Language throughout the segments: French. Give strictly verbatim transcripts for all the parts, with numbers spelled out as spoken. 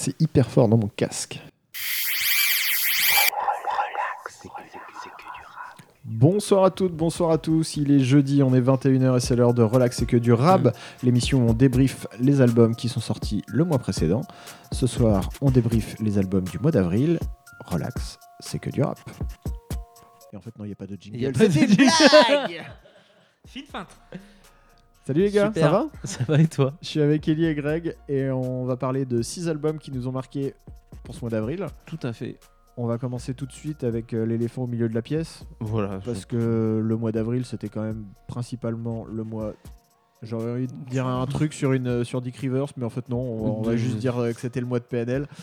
C'est hyper fort dans mon casque. Bonsoir à toutes, bonsoir à tous. Il est jeudi, on est vingt et une heures et c'est l'heure de Relax c'est que du rap. Mmh. L'émission où on débriefe les albums qui sont sortis le mois précédent. Ce soir, on débriefe les albums du mois d'avril. Relax, c'est que du rap. Et en fait, non, il n'y a pas de jingle. Y a pas c'est de une blague. Fine feinte. Salut les gars, Super. ça va ? Ça va et toi ? Je suis avec Ellie et Greg et on va parler de six albums qui nous ont marqués pour ce mois d'avril. Tout à fait. On va commencer tout de suite avec euh, l'éléphant au milieu de la pièce. Voilà. Parce je... que le mois d'avril, c'était quand même principalement le mois... J'aurais envie de dire un truc sur, une, sur Dick Rivers, mais en fait non, on, on va juste dire que c'était le mois de P N L.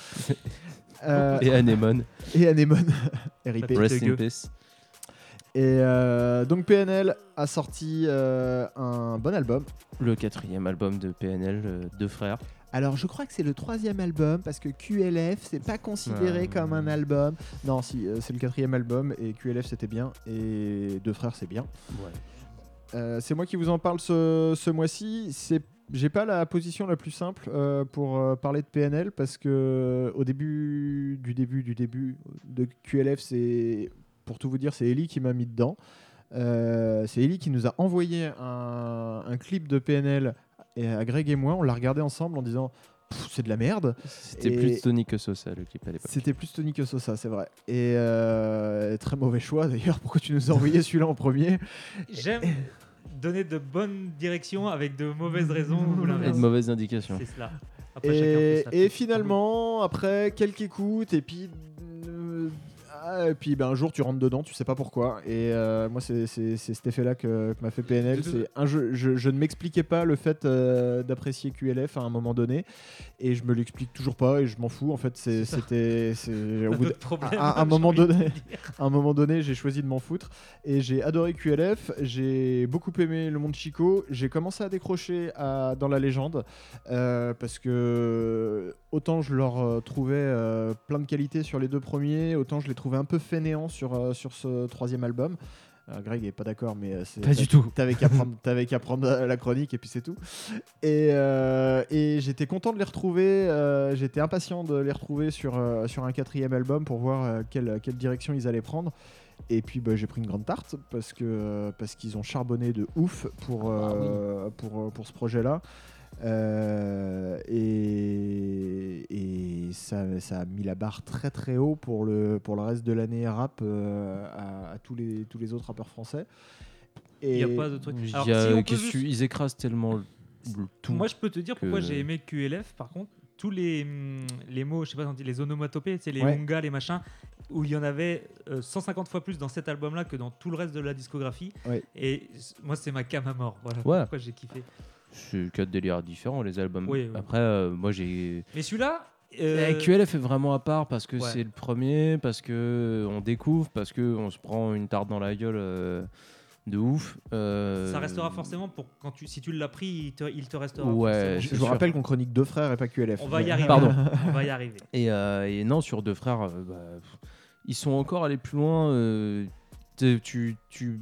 euh, et Anémone. Et Anémone. R I P. Rest in peace. Et euh, donc P N L a sorti euh, un bon album. Le quatrième album de P N L, euh, Deux Frères. Alors je crois que c'est le troisième album parce que Q L F c'est pas considéré euh... comme un album. Non, si euh, c'est le quatrième album et Q L F c'était bien et Deux Frères c'est bien. Ouais. Euh, c'est moi qui vous en parle ce, ce mois-ci. C'est, j'ai pas la position la plus simple euh, pour euh, parler de P N L parce que au début du début du début de Q L F, c'est pour tout vous dire, c'est Ellie qui m'a mis dedans. Euh, c'est Ellie qui nous a envoyé un, un clip de P N L et à Greg et moi, on l'a regardé ensemble en disant c'est de la merde. C'était et plus Tony que Sosa le clip à l'époque. C'était plus Tony que Sosa, c'est vrai. Et euh, très mauvais choix d'ailleurs. Pourquoi tu nous as envoyé celui-là en premier ? J'aime donner de bonnes directions avec de mauvaises raisons ou l'inverse. Et de mauvaises indications. C'est cela. Après, et, et finalement, après quelques écoutes, et puis, euh, ah, et puis ben, un jour tu rentres dedans, tu sais pas pourquoi. Et euh, moi, c'est, c'est, c'est cet effet-là que, que m'a fait P N L. C'est un jeu, je, je ne m'expliquais pas le fait euh, d'apprécier Q L F à un moment donné, et je me l'explique toujours pas, et je m'en fous. En fait, c'est, c'est c'était, c'est, au bout de, problème, à, à un moment donné, à un moment donné, j'ai choisi de m'en foutre, et j'ai adoré Q L F. J'ai beaucoup aimé le monde Chico. J'ai commencé à décrocher à, dans la légende euh, parce que autant je leur euh, trouvais euh, plein de qualités sur les deux premiers, autant je les trouvais un peu fainéants sur, euh, sur ce troisième album. Alors Greg est pas d'accord, mais euh, c'est, pas du tout. T'avais qu'à prendre, t'avais qu'à prendre la chronique et puis c'est tout. Et, euh, et j'étais content de les retrouver. Euh, j'étais impatient de les retrouver sur, euh, sur un quatrième album pour voir euh, quelle, quelle direction ils allaient prendre. Et puis bah, j'ai pris une grande tarte parce, que, parce qu'ils ont charbonné de ouf pour, euh, ah, oui. pour, pour ce projet-là. Euh, et et ça, ça a mis la barre très très haut pour le, pour le reste de l'année rap euh, à, à tous, les, tous les autres rappeurs français. Il n'y a pas de truc. Alors, y a, si juste... Ils écrasent tellement le, le tout. Moi je peux te dire que... pourquoi j'ai aimé Q L F par contre. Tous les, les mots, je sais pas, les onomatopées, les ouais. ongas, les machins, où il y en avait euh, cent cinquante fois plus dans cet album-là que dans tout le reste de la discographie. Ouais. Et moi, c'est ma cam à mort. Voilà ouais. pourquoi j'ai kiffé. C'est quatre délires différents, les albums. Oui, oui. Après, euh, moi, j'ai... Mais celui-là... Euh... Q L F est vraiment à part parce que ouais. c'est le premier, parce qu'on découvre, parce qu'on se prend une tarte dans la gueule... Euh... de ouf. Euh... Ça restera forcément pour quand tu si tu l'as pris, il te, il te restera. Ouais, je vous rappelle qu'on chronique Deux Frères et pas Q L F. On va y arriver. Pardon. On va y arriver. Et, euh, et non, sur Deux Frères, euh, bah, ils sont encore allés plus loin. Euh, tu, tu, tu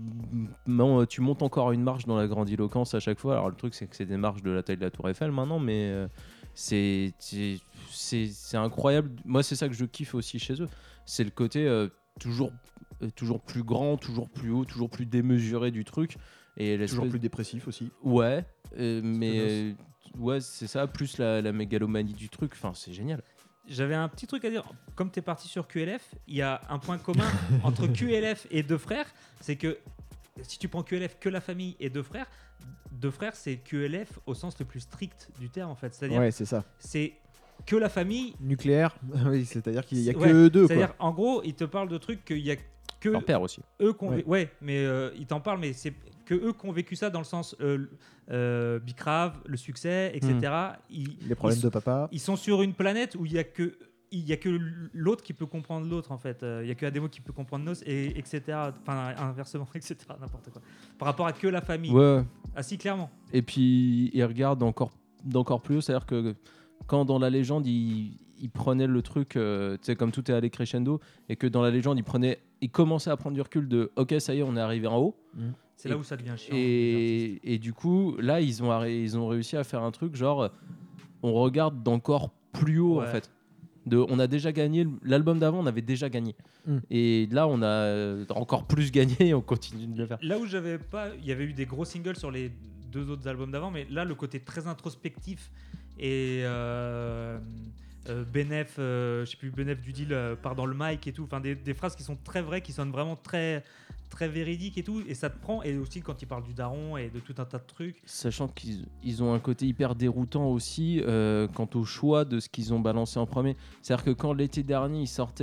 montes encore une marche dans la grandiloquence à chaque fois. Alors le truc, c'est que c'est des marches de la taille de la Tour Eiffel maintenant, mais euh, c'est, c'est, c'est, c'est incroyable. Moi, c'est ça que je kiffe aussi chez eux. C'est le côté euh, toujours toujours plus grand, toujours plus haut, toujours plus démesuré du truc et toujours plus dépressif aussi. Ouais, euh, mais euh, ouais, c'est ça, plus la, la mégalomanie du truc. Enfin, c'est génial. J'avais un petit truc à dire. Comme tu es parti sur Q L F, il y a un point commun entre Q L F et Deux Frères, c'est que si tu prends Q L F que la famille et Deux Frères, Deux Frères c'est Q L F au sens le plus strict du terme en fait. C'est-à-dire, ouais, c'est ça. C'est que la famille nucléaire. Oui, c'est-à-dire qu'il y a que ouais, eux deux. C'est-à-dire, quoi. En gros, il te parle de trucs qu'il y a que leur père aussi. Eux qu'on ouais. ouais, mais euh, ils t'en parlent, mais c'est que eux qui ont vécu ça dans le sens euh, euh, Bicrave, le succès, et cetera. Mmh. Ils, les problèmes ils, de papa. Ils sont sur une planète où il y a que il y a que l'autre qui peut comprendre l'autre en fait. Il y a que Ademo qui peut comprendre Nos et etc. Enfin inversement et cetera. N'importe quoi. Par rapport à que la famille. Ouais. Ah si clairement. Et puis ils regardent encore d'encore plus haut, c'est-à-dire que quand dans la légende ils il prenait le truc, euh, tu sais, comme tout est allé crescendo, et que dans la légende, il prenait, il commençait à prendre du recul de, ok, ça y est, on est arrivé en haut. Mmh. C'est et, là où ça devient chiant. Et, et du coup, là, ils ont, ils ont réussi à faire un truc genre, on regarde d'encore plus haut, ouais. en fait. De, on a déjà gagné, l'album d'avant, on avait déjà gagné. Mm. Et là, on a euh, encore plus gagné et on continue de le faire. Là où j'avais pas, il y avait eu des gros singles sur les deux autres albums d'avant, mais là le côté très introspectif et euh, euh, Benef, euh, je sais plus, Benef du deal euh, part dans le mic et tout, enfin des, des phrases qui sont très vraies, qui sonnent vraiment très très véridiques et tout, et ça te prend. Et aussi quand il parle du daron et de tout un tas de trucs. Sachant qu'ils ils ont un côté hyper déroutant aussi euh, quant au choix de ce qu'ils ont balancé en premier. C'est-à-dire que quand l'été dernier ils sortaient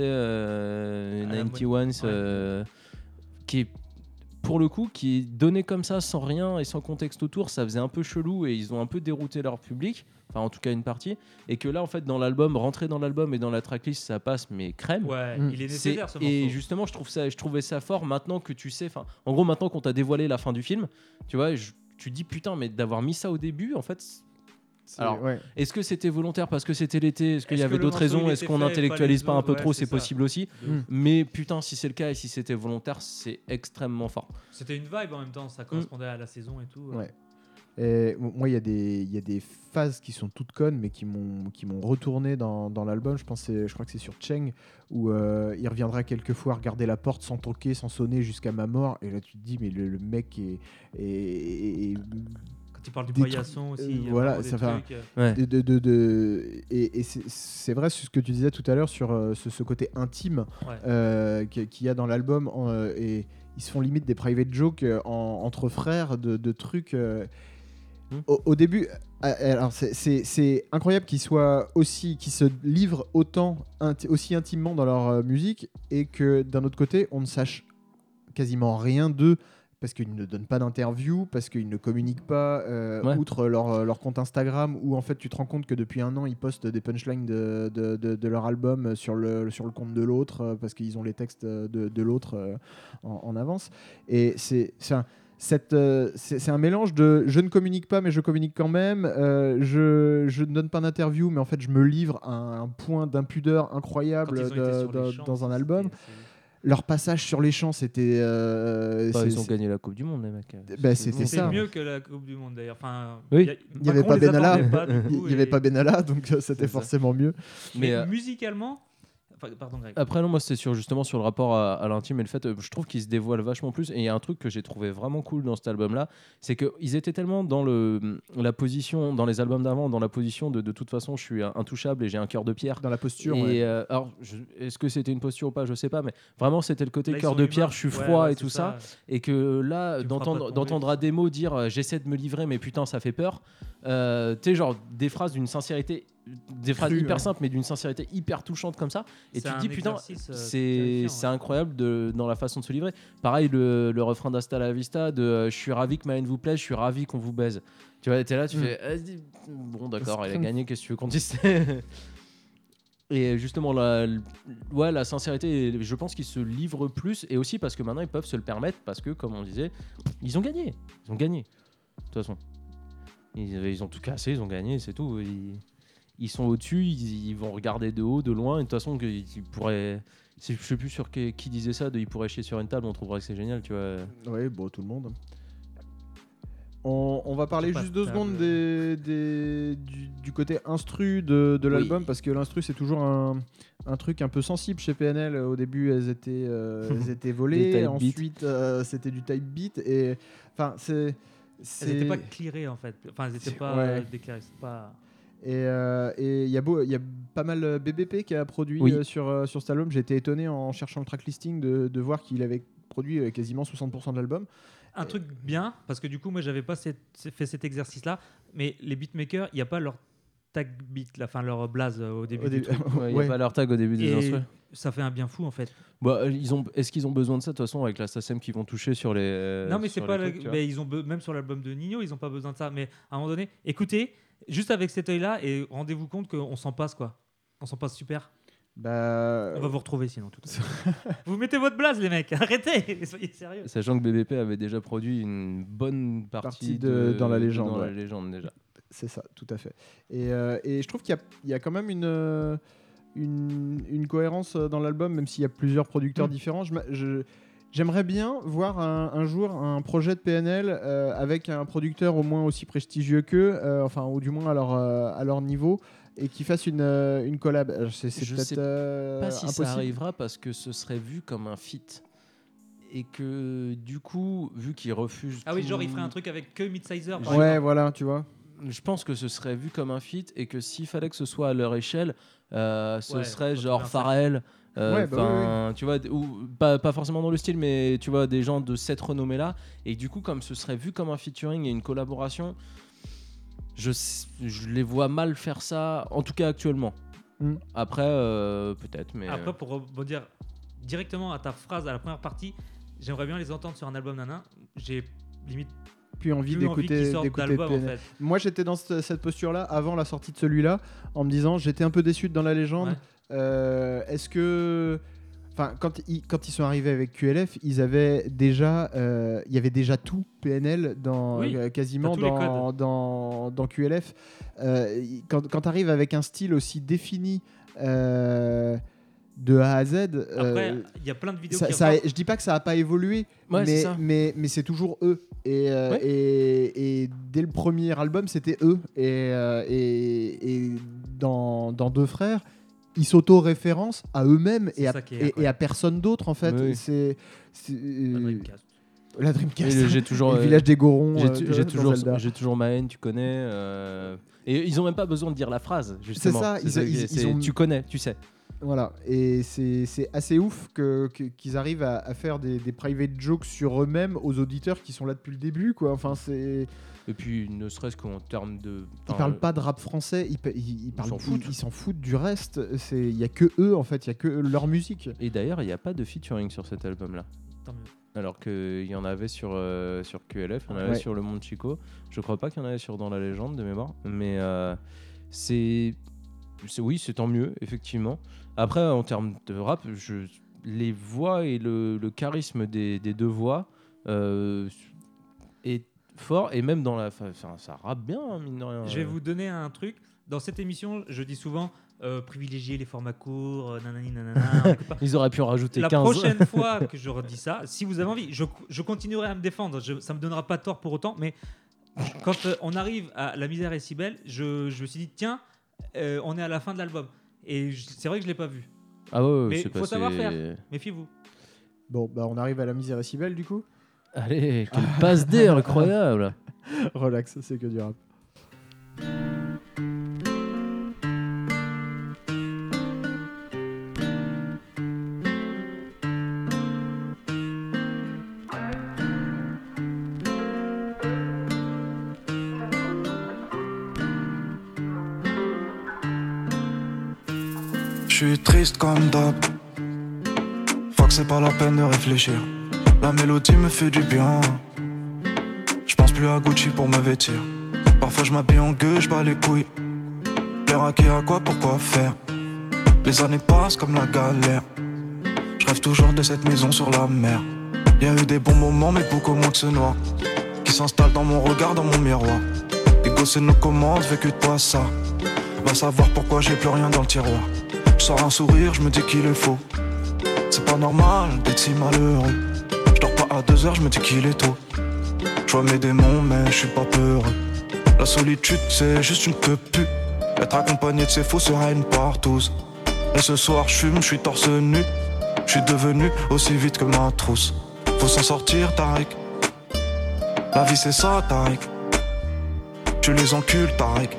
euh, Ah, quatre-vingt-onze, ouais. euh, qui est pour le coup, qui est donné comme ça, sans rien et sans contexte autour, ça faisait un peu chelou et ils ont un peu dérouté leur public, enfin en tout cas une partie, et que là en fait dans l'album, rentrer dans l'album et dans la tracklist ça passe mais crème. Ouais, Mm. il est nécessaire ce morceau. Et justement je trouve ça, je trouvais ça fort maintenant que tu sais, enfin en gros maintenant qu'on t'a dévoilé la fin du film, tu vois, je, tu dis putain mais d'avoir mis ça au début en fait. C'est- Alors, ouais. est-ce que c'était volontaire parce que c'était l'été? Est-ce qu'il y Est-ce avait que le d'autres morceau, raisons? il Est-ce était qu'on fait, n'intellectualise fallait pas un peu le- trop? ouais, C'est c'est ça. possible aussi. De ouf. Mais putain, si c'est le cas et si c'était volontaire, c'est extrêmement fort. C'était une vibe en même temps, ça correspondait à la saison et tout. Ouais. Et moi, il y a des, il y a des phases qui sont toutes connes, mais qui m'ont, qui m'ont retourné dans, dans l'album. Je pense, que c'est- je crois que c'est sur Cheng où euh, il reviendra quelquefois regarder la porte sans toquer, sans sonner jusqu'à ma mort. Et là, tu te dis, mais le, le mec est, est- est- Quand il parle du des paillasson trucs- aussi, euh, il y a voilà, vraiment des ça va. trucs, euh, Ouais. de, de, de, de- et, et c'est, c'est vrai ce que tu disais tout à l'heure sur euh, ce, ce côté intime Ouais. euh, qu'il qu'il y a dans l'album euh, et ils se font limite des private jokes euh, en- entre frères de, de trucs euh, Mm. au, au début euh, alors c'est, c'est, c'est incroyable qu'ils soient aussi qu'ils se livrent autant inti- aussi intimement dans leur euh, musique et que d'un autre côté on ne sache quasiment rien d'eux parce qu'ils ne donnent pas d'interview, parce qu'ils ne communiquent pas, euh, Ouais. outre leur, leur compte Instagram, où en fait tu te rends compte que depuis un an ils postent des punchlines de, de, de, de leur album sur le, sur le compte de l'autre, euh, parce qu'ils ont les textes de, de l'autre euh, en, en avance. Et c'est, c'est, un, cette, euh, c'est, c'est un mélange de je ne communique pas mais je communique quand même, euh, je, je ne donne pas d'interview mais en fait je me livre à un point d'impudeur quand incroyable ils ont été de- sur les de- champs, dans un c'était- album. c'est- Leur passage sur les champs, c'était... euh, Bah, c'est- ils ont c'est- gagné la Coupe du Monde, les mecs. Bah, c'était C'était ça. mieux que la Coupe du Monde d'ailleurs. Enfin, Oui. y a- Il n'y avait Macron pas les Benalla, attendait pas, du il coup, n'y avait et- pas Benalla, donc euh, c'était ça. forcément mieux. Mais, Mais euh, musicalement, enfin, pardon Greg. après, non, moi, c'était sur, justement sur le rapport à, à l'intime et le fait, euh, je trouve qu'ils se dévoilent vachement plus. Et il y a un truc que j'ai trouvé vraiment cool dans cet album-là, c'est qu'ils étaient tellement dans le, la position, dans les albums d'avant, dans la position de de toute façon, je suis intouchable et j'ai un cœur de pierre. Dans la posture, Et ouais. euh, alors, je- est-ce que c'était une posture ou pas, je sais pas, mais vraiment c'était le côté Là, ils cœur sont de humains. pierre, je suis Ouais, froid ouais, et c'est tout ça. Et que là, Tu me feras d'entendre, pas tomber, d'entendre tout à des mots dire euh, j'essaie de me livrer, mais putain, ça fait peur. Euh, tu sais, genre des phrases d'une sincérité, des phrases Crue, hyper ouais. simples, mais d'une sincérité hyper touchante comme ça. Et C'est tu te un dis putain, exercice, euh, c'est, terrifiant, c'est ouais. incroyable de, dans la façon de se livrer. Pareil, le, le refrain d'Hasta la Vista de euh, je suis ravi que ma haine vous plaise, je suis ravi qu'on vous baise. Tu vois, t'es là, tu Mm. fais vas-y, bon, d'accord, C'est il a con. gagné, qu'est-ce que tu veux qu'on dise? Et justement, la, ouais, la sincérité, je pense qu'ils se livrent plus, et aussi parce que maintenant ils peuvent se le permettre, parce que, comme on disait, ils ont gagné. Ils ont gagné. De toute façon, ils, ils ont tout cassé, ils ont gagné, c'est tout. Ils, ils sont au-dessus, ils, ils vont regarder de haut, de loin, et de toute façon, qu'ils ils pourraient. Je sais plus sur qui, qui disait ça, de ils pourraient chier sur une table, on trouverait que c'est génial, tu vois. Oui, bon, tout le monde. On, on va parler J'ai pas juste de deux table. secondes des, des- du, du côté instru de, de Oui. l'album, parce que l'instru, c'est toujours un, un truc un peu sensible chez P N L. Au début, elles étaient, euh, elles étaient Des volées, type beats. ensuite, euh, c'était du type beat, et enfin, c'est... Elles c'est- n'étaient pas clearées en fait. Enfin, elles n'étaient C'est- pas ouais. euh, déclarées. C'est pas. Et euh, et il y, a beau- il y a pas mal euh, B B P qui a produit Oui. euh, sur, euh, sur cet album. J'ai été étonné en cherchant le track listing de, de voir qu'il avait produit euh, quasiment soixante pour cent de l'album. Un truc bien, parce que du coup, moi, j'avais pas cette- fait cet exercice-là, mais les beatmakers, il n'y a pas leur tag beat, la fin leur blaze euh, au début. Au du début- truc. Ouais, il n'y Ouais. a pas leur tag au début des Et instruments. ça fait un bien fou en fait. Bah, ils ont, est-ce qu'ils ont besoin de ça de toute façon avec la S A C E M qui vont toucher sur les. euh, non, mais c'est sur pas. les la- trucs, tu vois. mais ils ont be- même sur l'album de Nino, ils n'ont pas besoin de ça. Mais à un moment donné, écoutez, juste avec cet œil-là, et rendez-vous compte qu'on s'en passe quoi. On s'en passe super. Bah, On va vous retrouver sinon tout à l'heure. Vous mettez votre blaze, les mecs. Arrêtez, soyez sérieux. Sachant que B B P avait déjà produit une bonne partie, Partie de- dans la légende, dans la ouais. légende déjà. c'est ça, tout à fait. Et, euh, et je trouve qu'il y a, il y a quand même une, euh, une, une cohérence euh, dans l'album, même s'il y a plusieurs producteurs Mm. différents. Je, m'a- je- j'aimerais bien voir un, un jour un projet de P N L euh, avec un producteur au moins aussi prestigieux qu'eux, euh, enfin, ou du moins à leur, euh, à leur niveau, et qu'ils fassent une, euh, une collab. Alors, c'est c'est Je peut-être sais euh, pas si impossible. ça arrivera parce que ce serait vu comme un feat. Et que du coup, vu qu'ils refusent. Ah oui, tout- genre il ferait un truc avec que Midsizer. par Ouais, exemple. voilà, tu vois. Je pense que ce serait vu comme un feat et que s'il fallait que ce soit à leur échelle, euh, ce Ouais, serait faut genre trouver un Pharrell. euh, Ouais, bah enfin, tu vois, d- ou pas, pas forcément dans le style, mais tu vois, des gens de cette renommée-là. Et du coup, comme ce serait vu comme un featuring et une collaboration, je, s- je les vois mal faire ça, en tout cas actuellement. Mm. Après, euh, peut-être, mais. Après, pour rebondir directement à ta phrase à la première partie, j'aimerais bien les entendre sur un album nanan. J'ai limite Puis envie plus envie d'écouter qu'ils sortent d'écouter d'album en P N L. fait. Moi, j'étais dans cette, cette posture-là avant la sortie de celui-là, en me disant, j'étais un peu déçu de Dans la légende. Ouais. Euh, Est-ce que, enfin, quand ils quand ils sont arrivés avec Q L F, ils avaient déjà, euh, il y avait déjà tout P N L dans Oui, euh, quasiment t'as tous les dans, dans dans Q L F. Euh, quand quand tu arrives avec un style aussi défini. Euh, de A à Z. Après, euh, il y a plein de vidéos ça, qui ça a- ressortent. je dis pas que ça a pas évolué, Ouais, c'est mais, ça. mais, mais c'est toujours eux. Et, euh, Ouais. et, et dès le premier album, c'était eux. Et, euh, et, et dans, dans Deux Frères, ils s'auto-référencent à eux-mêmes C'est et à, ça qui est et- et, à incroyable. personne d'autre, en fait. Oui. C'est, c'est, Un euh, Dreamcast. la Dreamcast. Et le- j'ai toujours, Et le euh, village des Gorons. J'ai euh, tu- de- j'ai dans toujours, Zelda. j'ai toujours ma haine, tu connais. euh, Et ils ont même pas besoin de dire la phrase, justement. ça, ils- qui est- ils- ils c'est- ont- Tu connais, tu sais. Voilà, et c'est c'est assez ouf que, que- qu'ils arrivent à, à faire des, des private jokes sur eux-mêmes aux auditeurs qui sont là depuis le début, quoi. Enfin, c'est... Et puis, ne serait-ce qu'en termes de. Ils enfin, parlent pas de rap français, ils, pa- ils, ils parlent- s'en foutent. ils- ils s'en foutent du reste. C'est- Il y a que eux, en fait, il y a que leur musique. Et d'ailleurs, il n'y a pas de featuring sur cet album-là. Tant mieux. Alors qu'il y en avait sur, euh, sur Q L F, il y en avait Ouais. sur Le Monde Chico. Je crois pas qu'il y en avait sur Dans la Légende de mémoire. Mais euh, c'est, c'est. Oui, c'est tant mieux, effectivement. Après, en termes de rap, je, les voix et le, le charisme des, des deux voix euh, est fort. Et même dans la. Enfin, ça rappe bien, hein, mine de rien. Je vais vous donner un truc. Dans cette émission, je dis souvent euh, privilégier les formats courts, euh, nanani nanana. on écoute pas. Ils auraient pu en rajouter La quinze. prochaine fois que je redis ça, si vous avez envie, je, je continuerai à me défendre. Je, ça me donnera pas tort pour autant, mais quand euh, on arrive à La misère est si belle, je, je me suis dit tiens, euh, on est à la fin de l'album. Et je- c'est vrai que je l'ai pas vu. Ah ouais, ouais, Mais c'est faut passé- savoir faire. Méfiez-vous. Bon, bah on arrive à La misère est si belle, du coup. Allez, quelle passe D incroyable. Relax, c'est que du rap. Je suis triste comme d'hab. Faut que c'est pas la peine de réfléchir. La mélodie me fait du bien. Je pense plus à Gucci pour me vêtir. Parfois je m'habille en gueux, je bats les couilles. Plaire à qui, à quoi, pourquoi faire. Les années passent comme la galère. Je rêve toujours de cette maison sur la mer. Y a eu des bons moments mais beaucoup moins que ce noir qui s'installe dans mon regard, dans mon miroir. Ego c'est nos commandes, vécu de quoi ça. Va savoir pourquoi j'ai plus rien dans le tiroir. Je sors un sourire, je me dis qu'il est faux. C'est pas normal d'être si malheureux. Je dors pas à deux heures, je me dis qu'il est tôt. Je vois mes démons mais je suis pas peureux. La solitude c'est juste une peu pu. Être accompagné de ces faux sera une partouze. Et ce soir je fume, je suis torse nu. Je suis devenu aussi vite que ma trousse. Faut s'en sortir Tariq. La vie c'est ça Tariq. Tu les encules Tariq.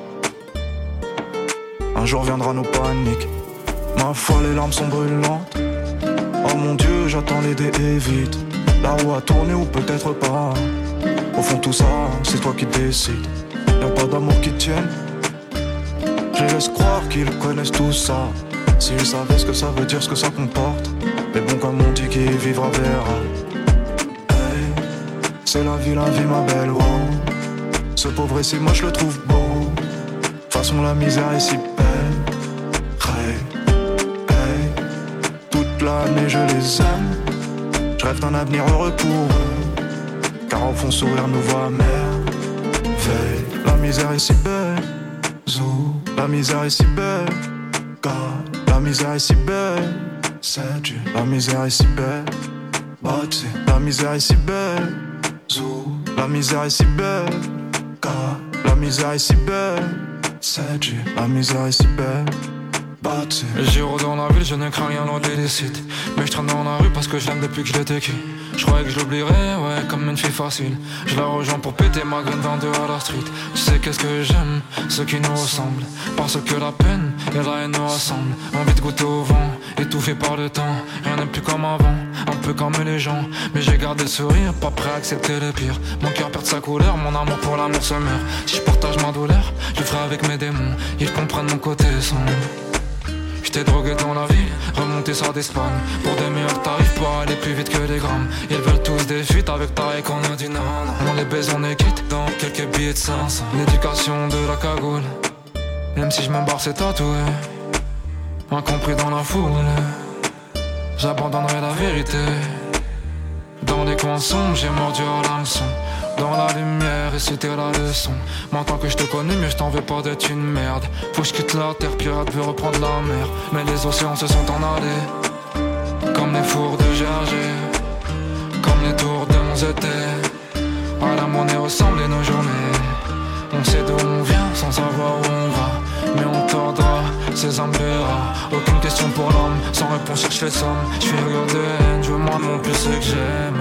Un jour viendra nos paniques. Ma foi les larmes sont brûlantes. Oh mon Dieu j'attends les dés et vite. La roue a tourné ou peut-être pas. Au fond tout ça c'est toi qui décides. Y'a pas d'amour qui tienne. Je les laisse croire qu'ils connaissent tout ça. S'ils savaient ce que ça veut dire, ce que ça comporte. Mais bon comme on dit qui vivra verra. Hey, c'est la vie, la vie ma belle wow. Ce pauvre ici moi je le trouve beau. Façon la misère est si belle. Hey, hey, toute l'année je les aime. Je rêve d'un avenir heureux pour eux. Car au fond sourire nous voit merveille. La misère est si belle. Zou, la misère est si belle. God, la misère est si belle. C'est Dieu, la misère est si belle. Bati, la misère est si belle. Zou, la misère est si belle. God, la misère est si belle. sept G, la misère est si belle. Bâti. J'y rôde dans la ville, je ne crains rien loin des décides. Mais je traîne dans la rue parce que je l'aime depuis que je l'étais qui. Je croyais que je l'oublierais, ouais, comme une fille facile. Je la rejoins pour péter ma graine vingt-deux à la street. Tu sais qu'est-ce que j'aime, ceux qui nous ressemblent. Parce que la peine et la haine nous rassemblent. Envie de goûter au vent, étouffé par le temps. Rien n'est plus comme avant, un peu comme les gens. Mais j'ai gardé le sourire, pas prêt à accepter le pire. Mon cœur perd sa couleur, mon amour pour l'amour se meurt. Si je partage ma douleur, je le ferai avec mes démons. Ils comprennent mon côté sombre. J't'ai drogué dans la ville, remonté ça d'Espagne. Pour des meilleurs tarifs, pour aller plus vite que les grammes. Ils veulent tous des fuites avec pareil qu'on a dit non, non. On les baise, on est quitte dans quelques billets de cinq cents. L'éducation de la cagoule, même si je me barre c'est tatoué. Incompris dans la foule, j'abandonnerai la vérité. Dans les coins sombres, j'ai mordu à l'hameçon. Dans la lumière et c'était la leçon. Maintenant que je te connais mieux, je t'en veux pas d'être une merde. Faut que je quitte la terre, pirate veut reprendre la mer. Mais les océans se sont en allés, comme les fours de Gergé, comme les tours de mon zété. À la monnaie ressemblent nos journées. On sait d'où on vient sans savoir où on va. Mais on tordra ces âmes rares. Aucune question pour l'homme, sans réponse je fais somme. Je suis rire de haine, je veux moins non plus ce que j'aime.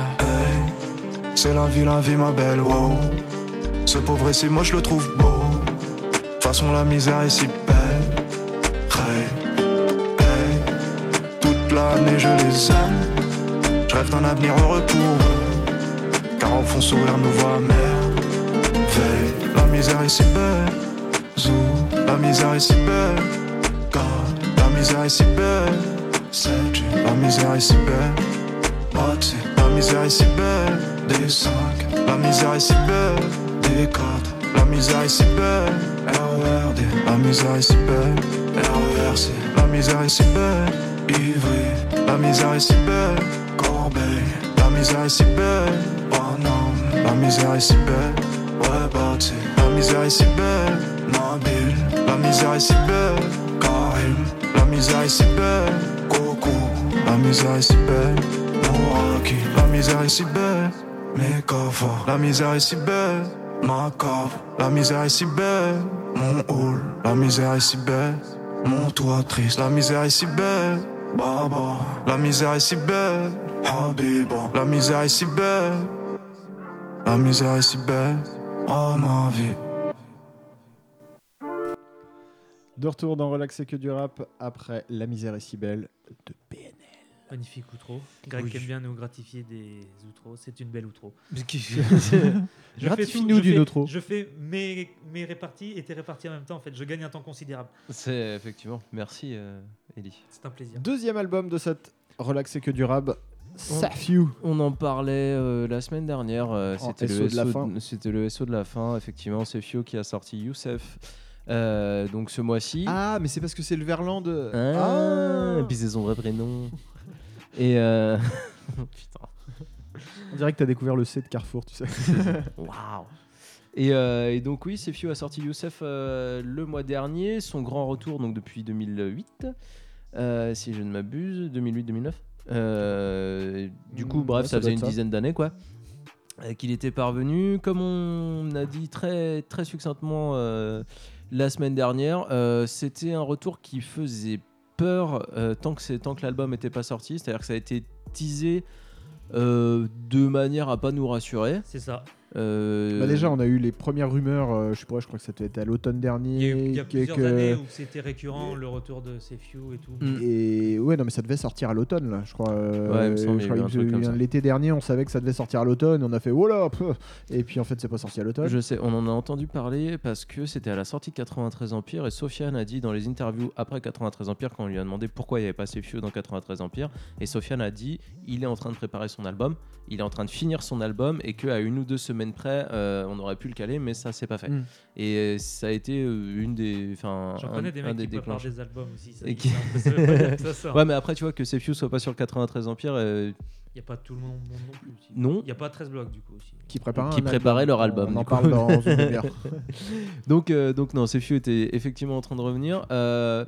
C'est la vie, la vie ma belle, wow. Ce pauvre ici, moi je le trouve beau. De toute façon la misère est si belle. Hey, hey. Toute l'année je les aime. Je rêve d'un avenir heureux pour eux, car au fond sourire nous voit merveille. La misère est si belle, zou. La misère est si belle, God. La misère est si belle, sept G. La misère est si belle, Bâti. La misère est si belle, des cinq. La misère est si belle, des quatre. La misère est si belle, R E R D. La misère est si belle, R E R C. La misère est si belle, Ivry. La misère est si belle, Corbeil. La misère est si belle, Paname. La misère est si belle, ouais Bâti. La misère est si belle, Nabil. La misère est si belle, Karim. La misère est si belle, Coco. La misère est si belle, Moraki. La misère est si belle, Mécafort. La misère est si belle, ma cave. La misère est si belle, mon hall. La misère est si belle, mon toit triste. La misère est si belle, Baba. La misère est si belle, Habiba. La misère est si belle, la misère est si belle, oh ma vie. De retour dans Relax et que du rap après La misère est si belle de P N L. Magnifique outro. Greg Oui. qui aime bien nous gratifier des outros. C'est une belle outro. Gratifie-nous je d'une fais- outro. Je fais mes, mes réparties et tes réparties en même temps. En fait, je gagne un temps considérable. C'est effectivement. Merci, euh, Ellie. C'est un plaisir. Deuxième album de cette Relax et que du rap, Safiou. On en parlait euh, la semaine dernière. euh, En c'était, S O le de la S O fin. de- c'était le S O de la fin. Effectivement, c'est Fio qui a sorti Youssef. Euh, donc ce mois-ci. Ah, mais c'est parce que c'est le verlan de. Ah, et puis c'est son vrai prénom. Et euh... putain. On dirait que t'as découvert le C de Carrefour, tu sais. Waouh. Et, euh, et donc oui, Sefio a sorti Youssef euh, le mois dernier, son grand retour donc depuis deux mille huit, euh, si je ne m'abuse, deux mille huit deux mille neuf. Euh, du coup, Mmh, bref, ouais, ça ça faisait doit une être ça. dizaine d'années quoi. euh, Qu'il était parvenu, comme on a dit très très succinctement euh, la semaine dernière, euh, c'était un retour qui faisait peur euh, tant que c'est tant que l'album n'était pas sorti, c'est-à-dire que ça a été teasé euh, de manière à pas nous rassurer. C'est ça. Euh, Bah déjà, on a eu les premières rumeurs, euh, je sais pas, je crois que ça devait être à l'automne Il dernier. y a, eu- il y a que- plusieurs que- années où c'était récurrent, le retour de Sefiu et tout. Mm. Et ouais, non, mais ça devait sortir à l'automne, là, je crois. euh, Ouais, il me semble, je il y a eu crois un que truc comme ça. l'été dernier, on savait que ça devait sortir à l'automne. On a fait, oh là, pff. Et puis en fait, c'est pas sorti à l'automne. Je sais, on en a entendu parler parce que c'était à la sortie de quatre-vingt-treize Empire et Sofiane a dit dans les interviews après quatre-vingt-treize Empire quand on lui a demandé pourquoi il n'y avait pas Sefio dans quatre-vingt-treize Empire, et Sofiane a dit il est en train de préparer son album, il est en train de finir son album et qu'à une ou deux semaines près euh, on aurait pu le caler mais ça c'est pas fait. Mm. Et euh, ça a été euh, une des, enfin J'en un, connais des un mecs des qui préparent déclencheurs. des albums aussi. Ça, Et et qui- ça veut pas dire que ça sort. Ouais mais après tu vois que Sefio soit pas sur le quatre-vingt-treize Empire, euh, Il n'y a pas tout le monde non plus. aussi. non. Il n'y a pas treize blocs du coup aussi. Qui prépare Qui un préparaient leur album, On en du coup. parle dans une demi-heure. Donc, euh, donc non, Sefio était effectivement en train de revenir. Euh,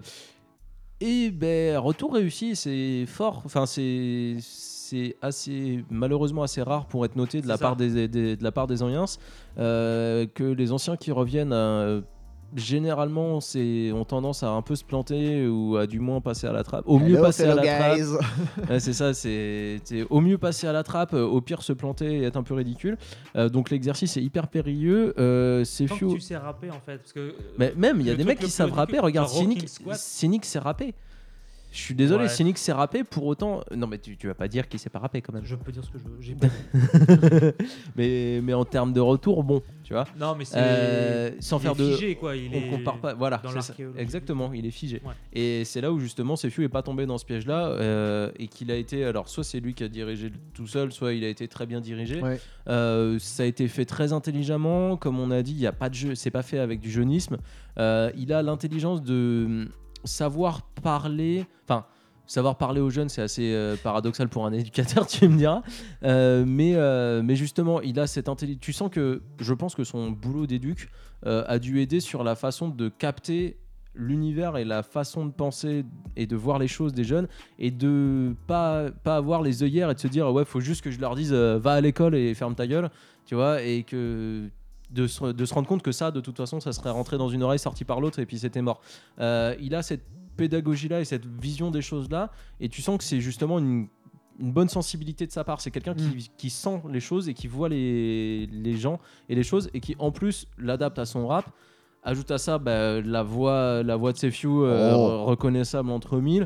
et ben, retour réussi, c'est fort. Enfin, c'est c'est assez malheureusement assez rare pour être noté de la C'est ça. part des, des- de la part des anciens euh, que les anciens qui reviennent. euh, généralement, c'est, ont tendance à un peu se planter ou à du moins passer à la trappe. Au mieux Hello, passer à la fellow trappe. Ouais, c'est ça, c'est, c'est au mieux passer à la trappe, euh, au pire se planter et être un peu ridicule. Euh, donc l'exercice est hyper périlleux. Euh, c'est Tant fio- que tu sais rapper en fait. Parce que, euh, Mais même, il y a le des truc mecs le qui plus savent rapper. ridicule, Regarde, genre rocking Cynic, squat. Cynic c'est rapper. Je suis désolé, Ouais. Cynic c'est rapper. Pour autant, non mais tu, tu vas pas dire qu'il sait pas rapper quand même. Je peux dire ce que je veux. J'ai pas... mais mais en termes de retour, bon, tu vois. Non, mais c'est. Euh, sans il faire est de, figé, quoi. Il on est... compare pas. Voilà, dans c'est ça. l'archéologie. Exactement, il est figé. Ouais. Et c'est là où justement Sefiu est pas tombé dans ce piège-là euh, et qu'il a été. Alors soit c'est lui qui a dirigé tout seul, soit il a été très bien dirigé. Ouais. Euh, ça a été fait très intelligemment, comme on a dit. Il y a pas de jeu, c'est pas fait avec du jeunisme. Euh, il a l'intelligence de savoir parler. Enfin. Savoir parler aux jeunes, c'est assez euh, paradoxal pour un éducateur, tu me diras. Euh, mais, euh, mais justement, il a cette intelligence. Tu sens que, je pense que son boulot d'éduc euh, a dû aider sur la façon de capter l'univers et la façon de penser et de voir les choses des jeunes et de pas, pas avoir les œillères et de se dire ouais, faut juste que je leur dise euh, va à l'école et ferme ta gueule, tu vois, et que. De se, de se rendre compte que ça, de toute façon, ça serait rentré dans une oreille, sorti par l'autre, et puis c'était mort. Euh, il a cette pédagogie-là et cette vision des choses-là, et tu sens que c'est justement une, une bonne sensibilité de sa part. C'est quelqu'un qui, Mm. qui sent les choses et qui voit les, les gens et les choses, et qui en plus l'adapte à son rap. Ajoute à ça bah, la voix, la voix de Sefiu euh, Oh. re- reconnaissable entre mille.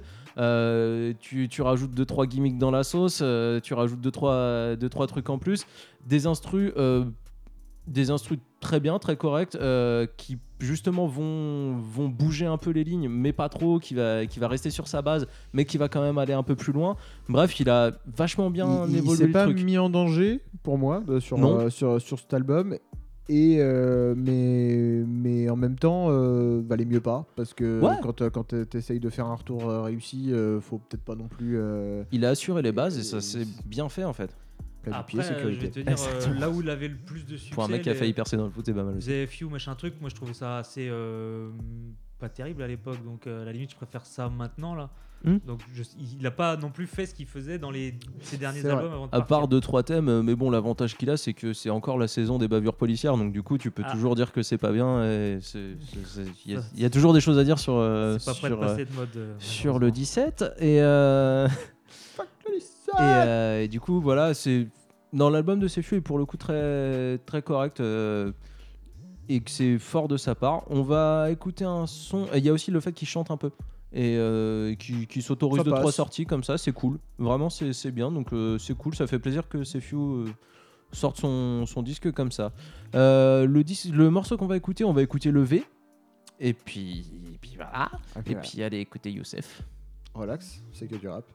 Euh, tu, tu rajoutes deux trois gimmicks dans la sauce, euh, tu rajoutes deux trois, deux, trois trucs en plus, des instrus. Euh, des instrus très bien, très corrects, euh, qui justement vont, vont bouger un peu les lignes, mais pas trop, qui va, qui va rester sur sa base, mais qui va quand même aller un peu plus loin. Bref, il a vachement bien il, il évolué s'est le pas truc. mis en danger pour moi euh, sur, Non. euh, sur, sur cet album. Et euh, mais, mais en même temps, euh, valait mieux pas. Parce que Ouais. quand, euh, quand tu essayes de faire un retour euh, réussi, euh, faut peut-être pas non plus. Euh, Il a assuré les bases et Et- ça s'est bien fait en fait. qualifier Après, euh, je vais sécurité. te dire, euh, Exactement. là où il avait le plus de succès. Pour un mec qui a les- failli percer dans le foot, c'est pas mal aussi. Z F U, machin truc, moi je trouvais ça assez euh, pas terrible à l'époque, donc euh, à la limite je préfère ça maintenant là. Hmm. Donc je- il a pas non plus fait ce qu'il faisait dans les, ses derniers C'est albums vrai. avant de À partir. part deux trois thèmes, euh, mais bon, l'avantage qu'il a, c'est que c'est encore la saison des bavures policières, donc du coup, tu peux Ah. toujours dire que c'est pas bien. et c'est- c'est- c'est- Il y, a- il y a toujours des choses à dire sur, euh, C'est pas prêt sur, de euh, passer de mode. euh, sur le malheureusement. dix-sept. Et, euh, et, euh, et du coup, voilà, c'est dans l'album de Sefiu est pour le coup très, très correct. euh, et que c'est fort de sa part. On va écouter un son. Et il y a aussi le fait qu'il chante un peu. Et euh, qui, qui s'autorise Ça deux passe. trois sorties comme ça, c'est cool. Vraiment, c'est c'est bien. Donc euh, c'est cool. Ça fait plaisir que Sefiu euh, sorte son, son disque comme ça. Euh, le, dis- le morceau qu'on va écouter, on va écouter le V. Et puis, et puis voilà. Ok, Et voilà. puis allez écouter Youssef. Relax, c'est que du rap.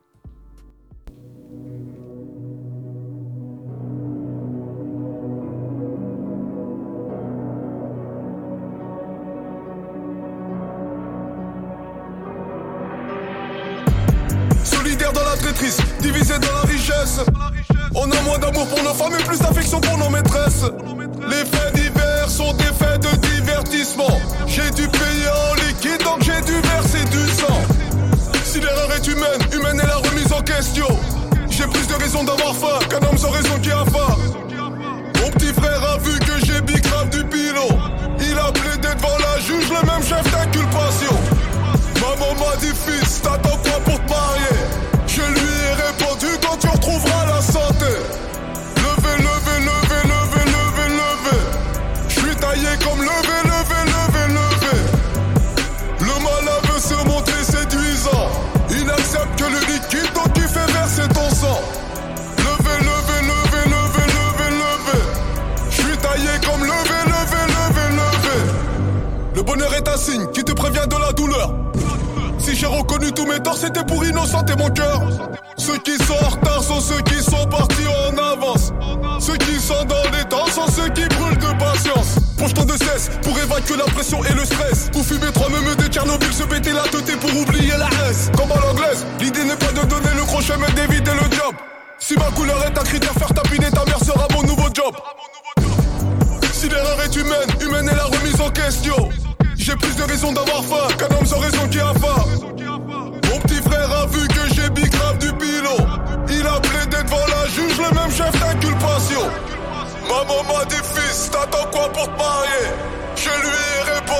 Solidaire dans la traîtrise, divisé dans la richesse. On a moins d'amour pour nos femmes et plus d'affection pour nos maîtresses. Les faits divers sont des faits de divertissement. J'ai dû payer en liquide donc j'ai dû verser du sang. Si l'erreur est humaine, humaine est la remise en question. J'ai plus de raisons d'avoir faim qu'un homme sans raison qui a faim. Mon petit frère a vu que j'ai big grave du pilot. Il a plaidé devant la juge, le même chef d'inculpation. Maman m'a dit fils, t'attends quoi pour te marier? Je lui ai répondu quand tu retrouveras la santé. Levez, levez, levez, levez, levez, levez. Je suis taillé comme levez, levez, levez, levez. Le malin veut se montrer séduisant. Il n'accepte que le liquide donc il fait verser ton sang. Levez, levez, levez, levez, levez, levez. Je suis taillé comme levez, levez, levez, levez. Le bonheur est un signe qui te prévient de la douleur. Si j'ai reconnu tous mes torts, c'était pour innocenter mon cœur. Ceux qui sont en retard sont ceux qui sont partis en avance. Ceux qui sont dans les temps sont ceux qui brûlent de patience. Projetons de cesse pour évacuer la pression et le stress. Ou fumer trois meumeux de Tchernobyl, se péter la tête pour oublier la haine. Comme à l'anglaise, l'idée n'est pas de donner le crochet mais d'éviter le job. Si ma couleur est un critère, faire tapiner ta mère sera mon nouveau job. Si l'erreur est humaine, humaine est la remise en question. J'ai plus de raisons d'avoir faim qu'un homme sans raison qui a faim. Mon petit frère a vu que j'ai big grave du pilot. Il a plaidé devant la juge, le même chef d'inculpation. Maman m'a dit fils, t'attends quoi pour te marier? Je lui ai répondu quand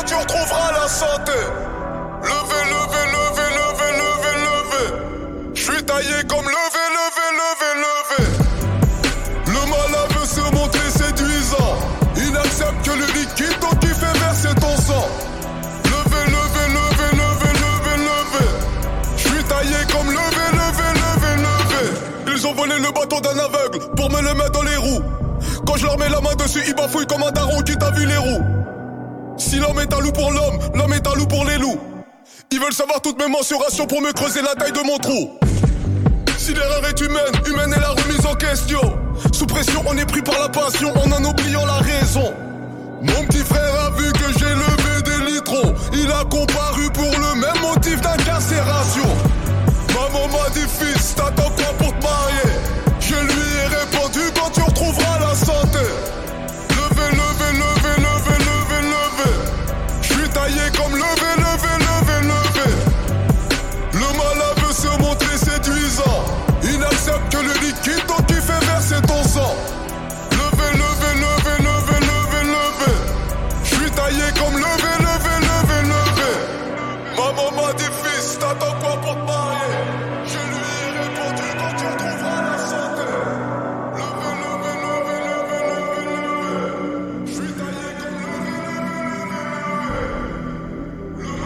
tu retrouveras la santé. Levez, levez, levez, levez, levez, levez. Je suis taillé comme levez, levez, levez, levez. Le malin veut se montrer séduisant. Il accepte que le liquide donc il fait verser ton sang. Levez, levez, levez, levez, levez, levez. Je suis taillé comme levez, levez, levez, levez. Ils ont volé le bateau d'un aveugle pour me le mettre dans les roues. Quand je leur mets la main dessus, ils bafouillent comme un daron qui t'a vu les roues. Si l'homme est un loup pour l'homme, l'homme est un loup pour les loups. Ils veulent savoir toutes mes mensurations pour me creuser la taille de mon trou. Si l'erreur est humaine, humaine est la remise en question. Sous pression, on est pris par la passion en en oubliant la raison. Mon petit frère a vu que j'ai levé des litrons. Il a comparu pour le même motif d'incarcération. Maman m'a dit fils, t'attends quoi pour te marier? Je lui ai répondu quand tu retrouveras la santé. Levez, levez, levez, levez, levez, levez. Je suis taillé comme levez, levez, levez, levez. Le malin veut se montrer séduisant. Il accepte que le liquide donc il fait verser ton sang. Levez, levez, levez, levez, levez, levez. Je suis taillé comme levez, levez, levez, levez. Maman m'a dit fils, t'attends quoi pour te marier? Je lui ai répondu quand tu retrouveras la santé. Levez, levez, levez, levez, levez, levez. Je suis taillé comme levez, levez, levez, levez. Le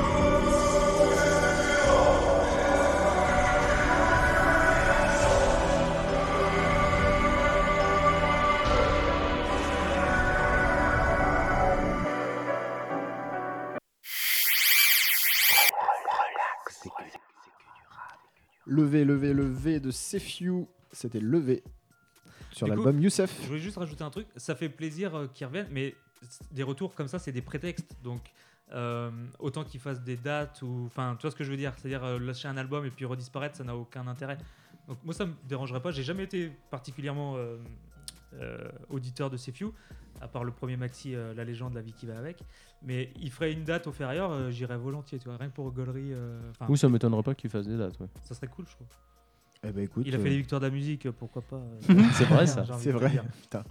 Levé, levé, levé de Sefiu, c'était levé sur Du coup, l'album Youssef. Je voulais juste rajouter un truc, ça fait plaisir euh, qu'ils reviennent, mais des retours comme ça, c'est des prétextes. Donc, euh, autant qu'ils fassent des dates, ou enfin, tu vois ce que je veux dire, c'est-à-dire euh, lâcher un album et puis redisparaître, ça n'a aucun intérêt. Donc, moi, ça me dérangerait pas. J'ai jamais été particulièrement euh, euh, auditeur de Sefiu, à part le premier maxi, euh, La légende, la vie qui va avec. Mais il ferait une date au Ferrailleur, euh, j'irais volontiers, tu vois, rien que pour rigolerie. Euh, Oui, ça m'étonnerait pas qu'il fasse des dates. Ouais. ça serait cool, je trouve. Eh ben écoute, Il a fait euh, les victoires de la musique, euh, pourquoi pas. euh, C'est vrai, ça. j'ai envie c'est de te vrai. dire. Putain.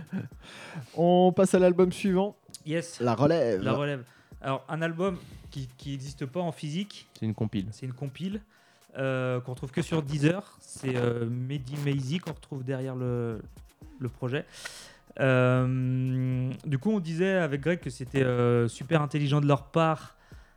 On passe à l'album suivant, Yes. La Relève. La relève. Alors, un album qui n'existe pas en physique, C'est une compile. c'est une compile euh, qu'on retrouve que sur Deezer. C'est euh, Mehdi Maizi qu'on retrouve derrière le, le projet. Euh, du coup, on disait avec Greg que c'était euh, super intelligent de leur part.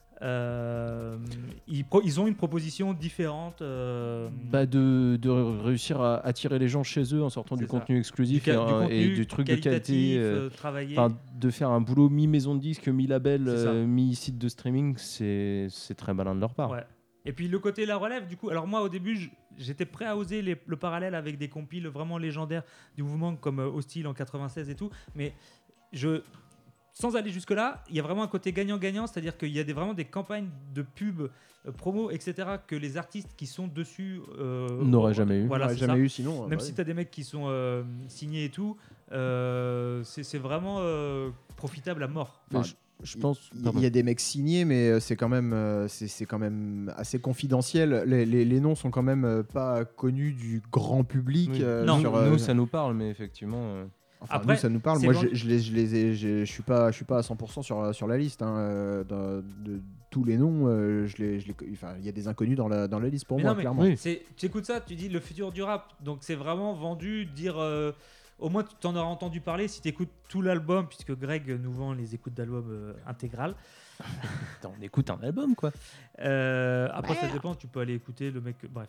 Euh, ils, pro- ils ont une proposition différente. euh, Bah de, de réussir à attirer les gens chez eux en sortant du C'est ça. contenu exclusif ca- et, du un- contenu et du truc de qualité. qualitatif, euh, euh, travaillé. Enfin, de faire un boulot mi-maison de disque, mi-label, C'est ça. euh, mi-site de streaming, c'est c'est très malin de leur part. Ouais. Et puis le côté la relève, du coup, alors moi au début, j- j'étais prêt à oser les- le parallèle avec des compiles vraiment légendaires du mouvement comme euh, Hostile en quatre-vingt-seize et tout, mais je, sans aller jusque-là, il y a vraiment un côté gagnant-gagnant, c'est-à-dire qu'il y a des, vraiment des campagnes de pub, euh, promo, et cetera, que les artistes qui sont dessus euh, N'auraient jamais eu. Voilà, On l'aurait c'est jamais ça. eu sinon. Même bah si oui. tu as des mecs qui sont euh, signés et tout, euh, c'est c'est vraiment euh, profitable à mort. Mais Enfin, je, je pense. Il pardon. y a des mecs signés, mais euh, c'est quand même, euh, c'est c'est quand même assez confidentiel. Les, les- les noms sont quand même euh, pas connus du grand public. Oui. euh, Non. nous, sur, euh, nous, ça nous parle, mais effectivement. euh, enfin, Après, nous, ça nous parle. c'est Moi, vendu- je, je les, je les ai, je, je suis pas, je suis pas à cent pour cent sur sur la liste. Hein, euh, de, de tous les noms, euh, je les, je les, enfin, il y a des inconnus dans la dans la liste pour Mais moi, non, mais clairement. Oui. c'est- tu écoutes ça, tu dis le futur du rap. Donc c'est vraiment vendu, dire. euh, au moins, tu en auras entendu parler si tu écoutes tout l'album, puisque Greg nous vend les écoutes d'album euh, intégrales. Attends, on écoute un album, quoi. Euh, après, ça dépend, tu peux aller écouter le mec. Bref.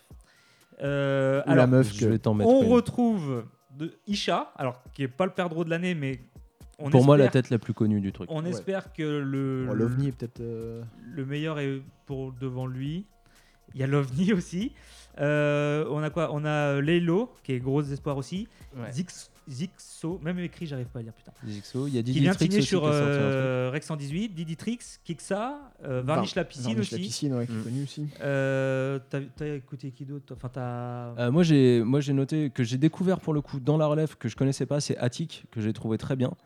Euh, Ou la alors, meuf Je que- vais t'en mettre. on une. retrouve de Isha, alors qui est pas le perdreau de l'année, mais on Pour moi, la espère- tête la plus connue du truc. On Ouais. espère que le, Bon, l'OVNI est peut-être. euh, le meilleur est pour devant lui. Il y a l'OVNI aussi. Euh, on a quoi? On a Laylo, qui est gros espoir aussi. Ouais. Zix- Zixo, même écrit, j'arrive pas à lire, putain. Zixo, il y a Qui vient de Diditrix signer aussi sur qui a sorti un truc. euh, Rex cent dix-huit, Diditrix, Kiksa, euh, Varnish la piscine Varnish la aussi. piscine, ouais, qui est Mm. connu aussi. Euh, t'as, t'as écouté qui d'autre? Enfin, t'as. Euh, moi, j'ai moi j'ai noté que j'ai découvert pour le coup dans la relève que je connaissais pas, c'est Attic que j'ai trouvé très bien.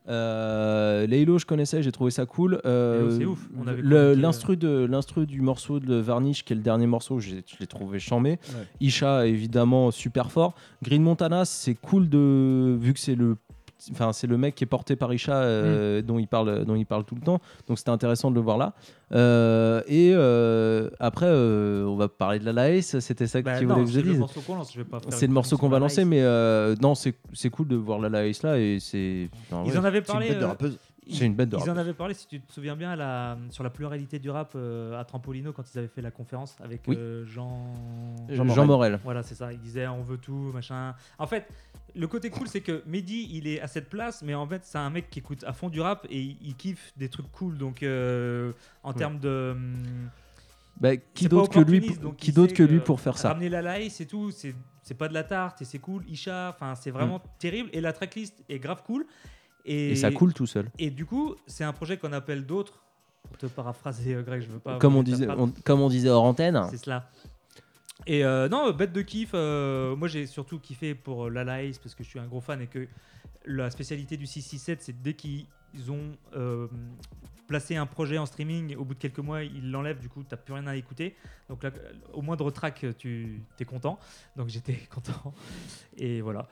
Euh, Laylo, je connaissais, j'ai trouvé ça cool. Euh, Laylo, c'est ouf. On avait le- chroniqué, l'instru de l'instru du morceau de Varnish, qui est le dernier morceau, j'ai- je l'ai trouvé chambé. Ouais. Isha, évidemment, super fort. Green Montana, c'est cool de vu que c'est le enfin c'est le mec qui est porté par Isha, euh, mm. dont il parle, dont il parle tout le temps. Donc c'était intéressant de le voir là. Euh, et euh, après, euh, on va parler de la Laïs. C'était ça bah que tu non, voulais que je dise. dise. C'est le morceau qu'on lance. Je vais pas faire c'est le morceau qu'on va lancer, mais euh, non, c'est c'est cool de voir la Laïs là et c'est. Enfin, Ils ouais, en avaient parlé. C'est une bête de rappeuse. C'est une bête de Ils rap. en avaient parlé, si tu te souviens bien, à la, sur la pluralité du rap euh, à Trampolino quand ils avaient fait la conférence avec oui. euh, Jean... Jean Morel. Jean Morel. Voilà, c'est ça. Il disait on veut tout, machin. En fait, le côté cool, c'est que Mehdi, il est à cette place, mais en fait, c'est un mec qui écoute à fond du rap et il, il kiffe des trucs cool. Donc, euh, en ouais. termes de. Bah, qui d'autre que lui, pour, qui d'autre que lui pour faire ça ramener la live, c'est tout. C'est, c'est pas de la tarte et c'est cool. Isha, enfin, c'est vraiment mm. terrible. Et la tracklist est grave cool. Et, et ça coule tout seul. Et du coup, c'est un projet qu'on appelle d'autres. Pour te paraphraser, euh, Greg, je veux pas. Comme on disait, on, comme on disait hors antenne. C'est cela. Et euh, non, bête de kiff. Euh, moi, j'ai surtout kiffé pour euh, Lala Ace parce que je suis un gros fan et que la spécialité du six six sept, c'est dès qu'ils ont euh, placé un projet en streaming, au bout de quelques mois, ils l'enlèvent. Du coup, t'as plus rien à écouter. Donc là, au moindre track, tu t'es content. Donc j'étais content. Et voilà.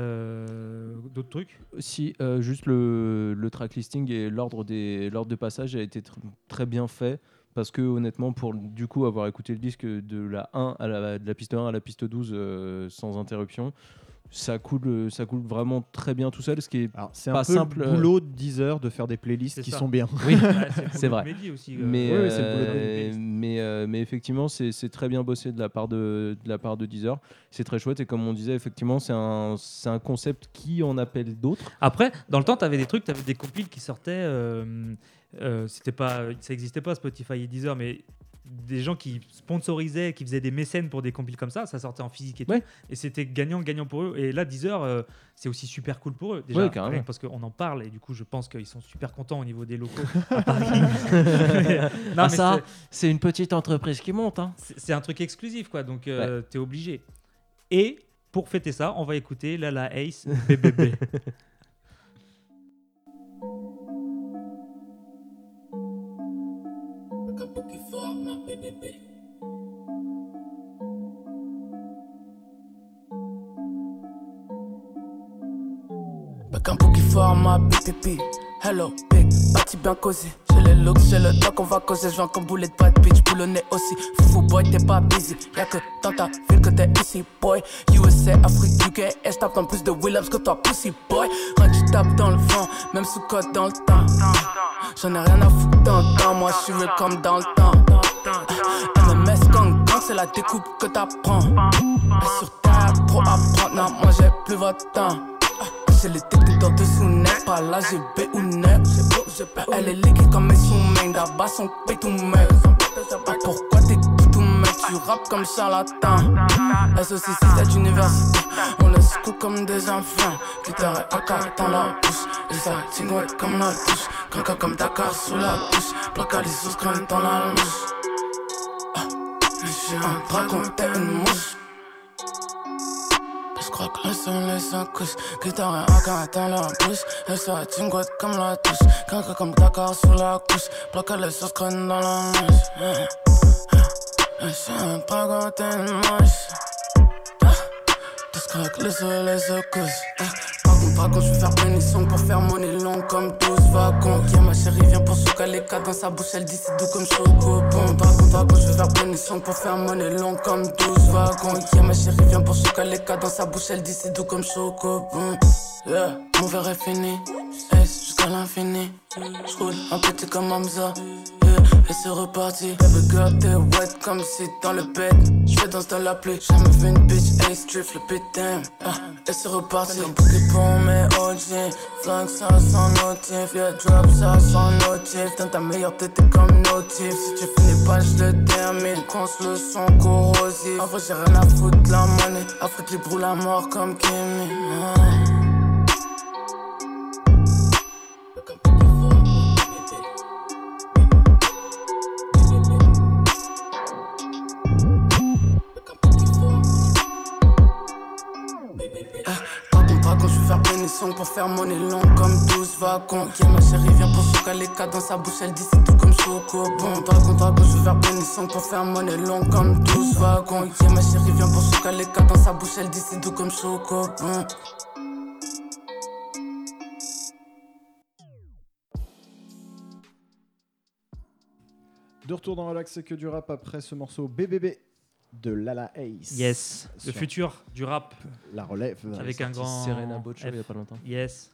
Euh, d'autres trucs Si, euh, juste le, le track listing et l'ordre, des, l'ordre de passage a été tr- très bien fait parce que honnêtement pour du coup avoir écouté le disque de la un à la, de la piste un à la piste douze euh, sans interruption, ça coule, ça coule vraiment très bien tout seul, ce qui est Alors, c'est pas un peu simple. Le boulot de Deezer de faire des playlists c'est qui ça. sont bien. Oui, ouais, c'est, c'est vrai. Aussi, euh, mais, oui, euh, oui, c'est le boulot de mais, euh, mais effectivement, c'est, c'est très bien bossé de la part de, de la part de Deezer. C'est très chouette et comme on disait, effectivement, c'est un, c'est un concept qui en appelle d'autres. Après, dans le temps, tu avais des trucs, tu avais des compiles qui sortaient. Euh, euh, c'était pas, ça n'existait pas Spotify et Deezer, mais des gens qui sponsorisaient, qui faisaient des mécènes pour des compiles comme ça, ça sortait en physique et tout, ouais. et c'était gagnant-gagnant pour eux. Et là, Deezer, euh, c'est aussi super cool pour eux, déjà, ouais, carrément. parce qu'on en parle, et du coup, je pense qu'ils sont super contents au niveau des locaux à Paris. mais, non, ah, mais ça, c'est, c'est une petite entreprise qui monte. Hein. C'est, c'est un truc exclusif, quoi, donc euh, ouais. t'es obligé. Et pour fêter ça, on va écouter Lala Ace, B B B. Bec un bouc qui forme ma P P P. Hello, big, parti bien causé. J'ai les looks, j'ai le temps qu'on va causer. J'viens comme boulet de bad bitch, boulonné aussi. Foufou boy, t'es pas busy. Y'a que dans ta ville que t'es ici, boy. U S A, Afrique, U K, et j'tape dans plus de Williams que toi, pussy boy. Rien que tu tapes dans le vent, même sous côte dans le temps. J'en ai rien à foutre dans le temps, moi j'suis real comme dans le temps. M M S gang gang, c'est la découpe que t'apprends. Et sur terre, pro apprendre, non, moi j'ai plus votre temps. J'ai les techniques dans dessous net, pas là j'ai B ou net. Elle est liquide comme mes sous-mains, d'abord son P tout mec. Ah, pourquoi t'es tout mec, tu rappes comme charlatan. S O C six cette université, on laisse coup comme des enfants. Guitare et A K dans la bouche, et ça tingouet comme la douche. Caca comme Dakar sous la bouche, placard les sous crânes dans la louche. J'ai un dragon, t'es une mouche. Je crois que le son les couches, guitare et A K dans la bouche. Et ça tingouet comme la touche, caca comme Dakar sous la couche. Placard les sous crânes dans la louche. J'ai un dragon, t'es une mouche. Je crois que le soleil se couche. Dragon, je vais faire plein de sons pour faire monnaie longue comme douze wagons. Y'a ma chérie, vient pour souka les cas dans sa bouche, elle dit c'est doux comme choco. Bon, dragon, dragon, je vais faire plein de sons pour faire monnaie longue comme douze wagons. Y'a ma chérie, vient pour souka les cas dans sa bouche, elle dit c'est doux comme choco. Bon, yeah, mon verre est fini, Ace jusqu'à l'infini. J'roule un petit comme Hamza, yeah, et c'est reparti. Baby girl, t'es wet comme si dans le bed. J'fais danse dans la pluie, jamais vu une bitch, Ace drift le beat damn, ah, et c'est reparti. Un bouquet pour mes O G, flingue ça sans notif, yeah, drop ça sans notif. Dans ta meilleure tête t'es comme notif, si tu finis pas j'le termine. Conce le son corrosif, en vrai j'ai rien à foutre la monnaie. Afrique libre ou la mort comme Kimi, ah. Pour faire monnaie longue comme douze wagons. Yeah, ma chérie vient pour souka les cas dans sa bouche, elle dit c'est tout comme choco. Bon, dragon, dragon, je vais faire plein de sons pour faire monnaie longue comme douze wagons. Yeah, ma chérie vient pour souka les cas dans sa bouche, elle dit c'est tout comme choco. Bon. De retour dans Relax, c'est que du rap après ce morceau B B B de Lala Ace. Yes. Le Sur futur du rap La relève. avec un grand. Serena Bocho F. il y a pas longtemps. Yes.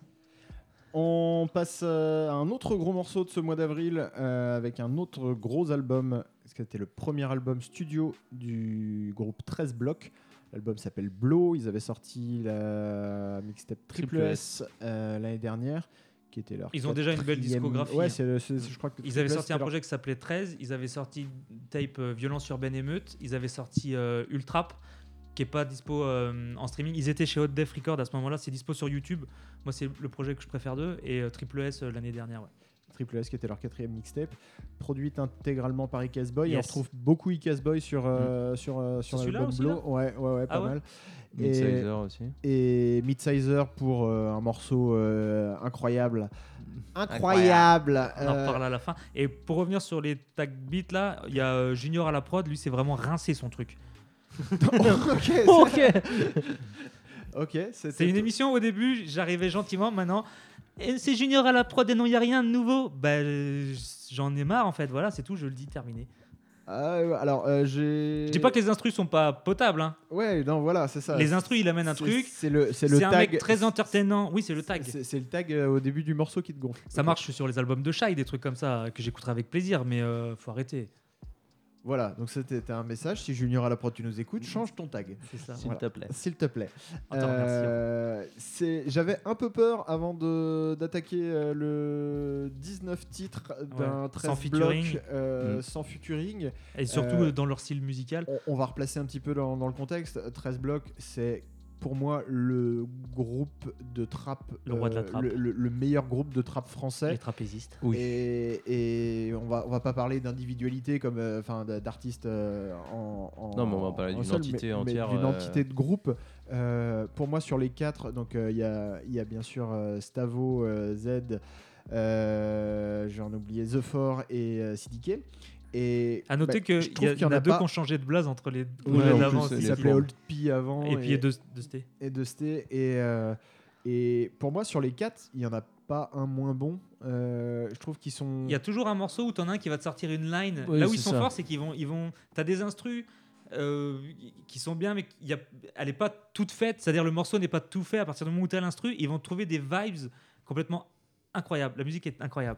On passe euh, à un autre gros morceau de ce mois d'avril euh, avec un autre gros album. C'était le premier album studio du groupe treize blocs. L'album s'appelle Blow. Ils avaient sorti la mixtape Triple Triple S euh, l'année dernière, qui était leur. Ils ont déjà une belle quatrième- discographie, Ouais, hein. c'est, le- c'est- je crois que Ils avaient Triple S, sorti un c'était leur- projet qui s'appelait treize. Ils avaient sorti tape euh, Violence Urbaine Émeute. Ils avaient sorti euh, Ultrap, qui est pas dispo euh, en streaming. Ils étaient chez Hot Def Record à ce moment-là. C'est dispo sur YouTube. Moi, c'est le projet que je préfère d'eux. Et euh, Triple S euh, l'année dernière. Ouais. Triple S qui était leur quatrième mixtape, produite intégralement par Icaz Boy. Et Yes. on retrouve beaucoup Icaz Boy sur, euh, sur, euh, sur C'est celui-là l'album aussi, Blow. là Ouais, ouais, ouais, pas Ah ouais mal. Midsizer aussi. Et Midsizer pour euh, un morceau euh, incroyable. Incroyable. On en Euh, reparle à la fin. Et pour revenir sur les tag beats là, il y a euh, Junior à la prod. Lui, c'est vraiment rincé son truc. ok. Ok. Ok. c'était C'est une tout. émission au début, j'arrivais gentiment. Maintenant, et c'est Junior à la prod et non, il n'y a rien de nouveau. Bah, euh, j'en ai marre en fait. Voilà, c'est tout. Je le dis, terminé. Ah, ouais, alors euh, j'ai. Je dis pas que les instrus sont pas potables. Hein. Ouais, non, voilà, c'est ça. Les instrus, il amène un C'est- truc. C'est le, c'est le C'est un tag. mec très entertainant. Oui, c'est le tag. C'est, c'est le tag euh, au début du morceau qui te gonfle. Ça Ok. marche sur les albums de Shai, des trucs comme ça que j'écouterai avec plaisir, mais euh, faut arrêter. Voilà, donc c'était un message. Si Junior à la prod, tu nous écoutes, change ton tag. C'est ça. S'il Voilà. te plaît. S'il te plaît. On te remercie. Euh, c'est, j'avais un peu peur avant de, d'attaquer euh, le dix-neuf titres d'un Ouais, treize sans featuring. blocs euh, Mm. sans featuring. Et surtout Euh, dans leur style musical. On, on va replacer un petit peu dans, dans le contexte. treize blocs, c'est pour moi le groupe de trap, Le roi de la trap. le, le- le meilleur groupe de trap Les français. trapézistes. Oui. Et, et on va on va pas parler d'individualité comme euh, enfin d- d'artistes euh, en, en- Non, mais on va parler en d'une seul, entité mais- mais entière, d'une euh, entité de groupe. Euh, pour moi, sur les quatre, donc euh, il y a il y a bien sûr euh, Stavo, euh, Z, euh, j'en ai oublié The Four et euh, C D K. Et À noter bah, qu'il je y, trouve a- qu'il y en a deux pas- qui ont changé de blaze entre les Ouais, projets en d'avant. plus, aussi. il les s'appelait pauvres. Old P avant Et puis de, de Sté. et de Sté. Et, euh, et pour moi, sur les quatre, il n'y en a pas un moins bon. Euh, je trouve qu'ils sont. Il y a toujours un morceau où t'en as un qui va te sortir une line. Oui, Là où ils c'est sont ça. forts, c'est qu'ils vont, ils vont. T'as des instrus euh, qui sont bien, mais il y a, elle n'est pas toute faite. C'est-à-dire le morceau n'est pas tout fait. À partir du moment où t'as l'instru, ils vont trouver des vibes complètement incroyables. La musique est incroyable.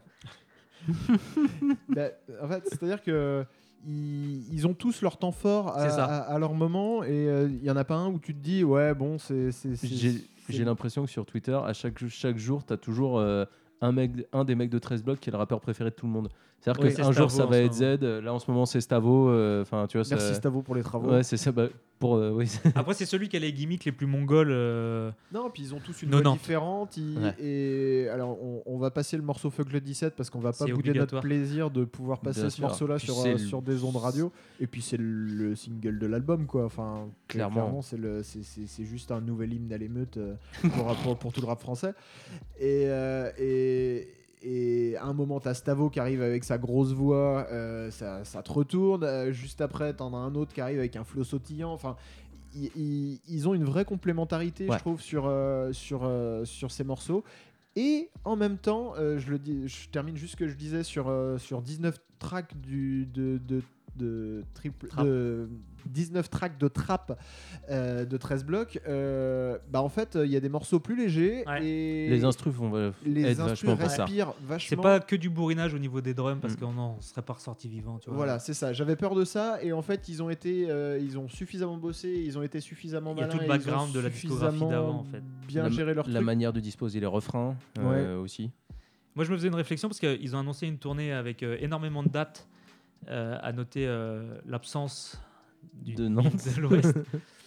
Bah, en fait, c'est-à-dire que. Ils, ils ont tous leur temps fort à, C'est ça. à- à leur moment et il n'y en a pas un où tu te dis ouais bon c'est c'est- c'est- J'ai c'est- j'ai l'impression que sur Twitter, à chaque, chaque jour, tu as toujours euh, un, mec, un des mecs de treize blocs qui est le rappeur préféré de tout le monde. C'est-à-dire Oui, qu'un c'est jour, Stavo ça en va ce être Z, euh, là en ce moment, c'est Stavo. Enfin, tu vois, ça- Merci Stavo pour les travaux. Ouais, c'est ça. Bah, pour, euh, oui, Après, c'est celui qui a les gimmicks les plus mongols. euh, Non, puis ils ont tous une Non, voix non. différente. ils- Ouais. Et alors, on, on va passer le morceau Fuck le dix-sept parce qu'on va pas C'est bouder obligatoire. notre plaisir de pouvoir passer Bien ce sûr. morceau-là Puis sur, c'est euh, le- sur des ondes radio. Et puis c'est le single de l'album, quoi. Enfin, Clairement. clairement, c'est le- c'est- c'est c'est juste un nouvel hymne à l'émeute euh, pour, pour, pour tout le rap français. Et, euh, et, et à un moment, t'as Stavo qui arrive avec sa grosse voix, euh, ça, ça te retourne. Euh, juste après, t'en as un autre qui arrive avec un flow sautillant. Enfin, ils, ils- ils ont une vraie complémentarité, Ouais. je trouve, sur, euh, sur, euh, sur ces morceaux. Et en même temps, euh, je, le dis, je termine juste ce que je disais sur, euh, sur dix-neuf tracks du, de, de, de, triple, Trap. de dix-neuf tracks de trap euh, de treize blocs. Euh, bah en fait, il y a des morceaux plus légers Ouais. et les instrus vont euh, les être instrus vachement pour ça. respirent C'est vachement. pas que du bourrinage au niveau des drums parce Mm. qu'on n'en serait pas ressorti vivant. Tu vois. Voilà, c'est ça. J'avais peur de ça et en fait, ils ont été, euh, ils ont suffisamment bossé, ils ont été suffisamment Il y a malins. tout le et ils ont background de la discographie suffisamment d'avant, en fait. Bien la, géré leur la truc. manière de disposer les refrains euh, aussi. Moi, je me faisais une réflexion parce qu'ils ont annoncé une tournée avec euh, énormément de dates. Euh, à noter euh, l'absence du De Nantes. de l'Ouest.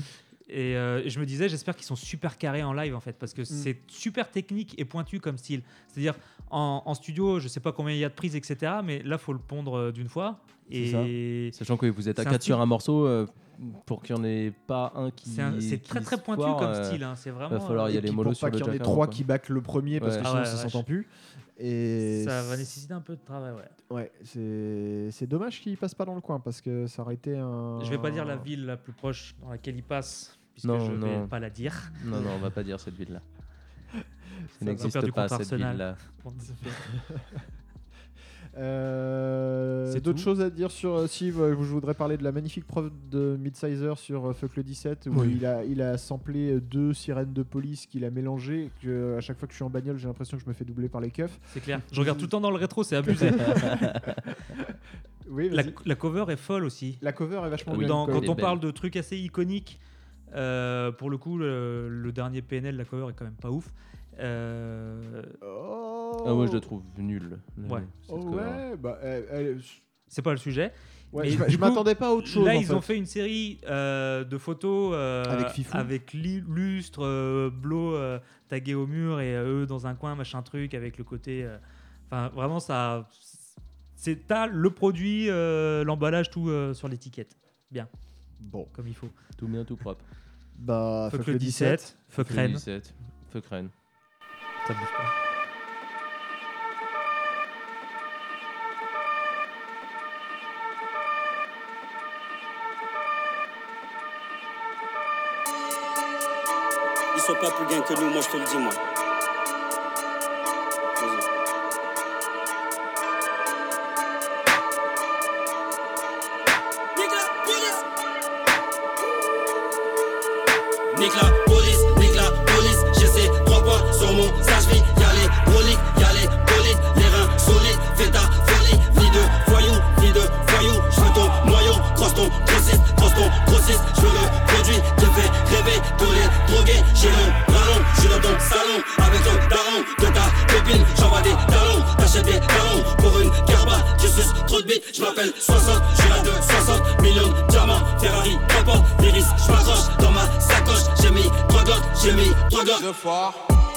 Et euh, je me disais, j'espère qu'ils sont super carrés en live en fait, Mm. parce que c'est super technique et pointu comme style. C'est-à-dire en, en studio, je sais pas combien il y a de prises, et cetera. Mais là, faut le pondre euh, d'une fois. Et Sachant que vous êtes à C'est un quatre style- sur un morceau, euh, pour qu'il n'y en ait pas un qui. c'est un- c'est qui très très se pointu foire, comme euh, style. Hein. C'est vraiment. va falloir y Et aller puis mollo pour sur pas le qu'il y en ait Jack trois avant, qui backent le premier parce Ouais. que Ah sinon ouais, ça vache. s'entend plus. Et Ça va nécessiter un peu de travail, ouais. Ouais, c'est c'est dommage qu'il passe pas dans le coin parce que ça aurait été un. Je vais pas dire la ville la plus proche dans laquelle il passe, puisque Non, je vais non. pas la dire. Non, non, on va pas dire cette ville-là. Ça va n'existe faire du pas contre cette Arsenal. ville-là. Euh, C'est d'autres tout. choses à dire sur euh, si euh, je voudrais parler de la magnifique preuve de Midsizer sur euh, Fuck le dix-sept où Oui. il a il a samplé euh, deux sirènes de police qu'il a mélangées que euh, à chaque fois que je suis en bagnole j'ai l'impression que je me fais doubler par les keufs. C'est clair. Je regarde tout le temps dans le rétro, c'est abusé. Oui, la, vas-y. la cover est folle aussi. La cover est vachement Oui, bien. Dans- quoi. quand Elle est on belle. parle de trucs assez iconiques, euh, pour le coup, le, le dernier P N L, la cover est quand même pas ouf. Euh, Oh. Ah, moi, je la trouve nulle. là, Ouais. cette Oh cover. ouais, bah elle- elle- c'est pas le sujet. ouais, Mais je, du je coup, m'attendais pas à autre chose. Là, en ils fait. ont fait une série euh, de photos euh, Avec Fifou. avec li- lustre, euh, Blo euh, tagué au mur et euh, eux dans un coin, machin truc, avec le côté. euh, Enfin, vraiment, ça. C'est t'as le produit, euh, l'emballage, tout euh, sur l'étiquette. Bien, Bon, comme il faut. Tout bien, tout propre. bah Fuck le dix-sept, fuck Fuck le Rennes. dix-sept. Fuck Rennes. Ça bouge pas. Ils sont pas plus gains que nous, moi je te le dis, moi. Vas-y. Nique la police. Nique la police, nique la police. J'ai ces trois points sur mon sage vie. Y'a les broliques, y'a les bolides, les reins solides. Fais ta folie, vie de voyou, vie de voyou. J'veux ton noyau, crosse ton grossiste, crosse ton grossiste. J'veux le produit, te fait rêver. Tous les drogués, j'ai mon ballon. J'suis dans ton salon, avec le daron de ta copine. J'envoie des talons, t'achètes des talons. Pour une garba, tu suces trop de bite. J'm'appelle soixante, j'suis là de soixante millions de diamants. Ferrari, remporte, l'iris, j'm'accroche dans ma sacoche. J'ai mis trois glottes, j'ai mis trois glottes. De fort.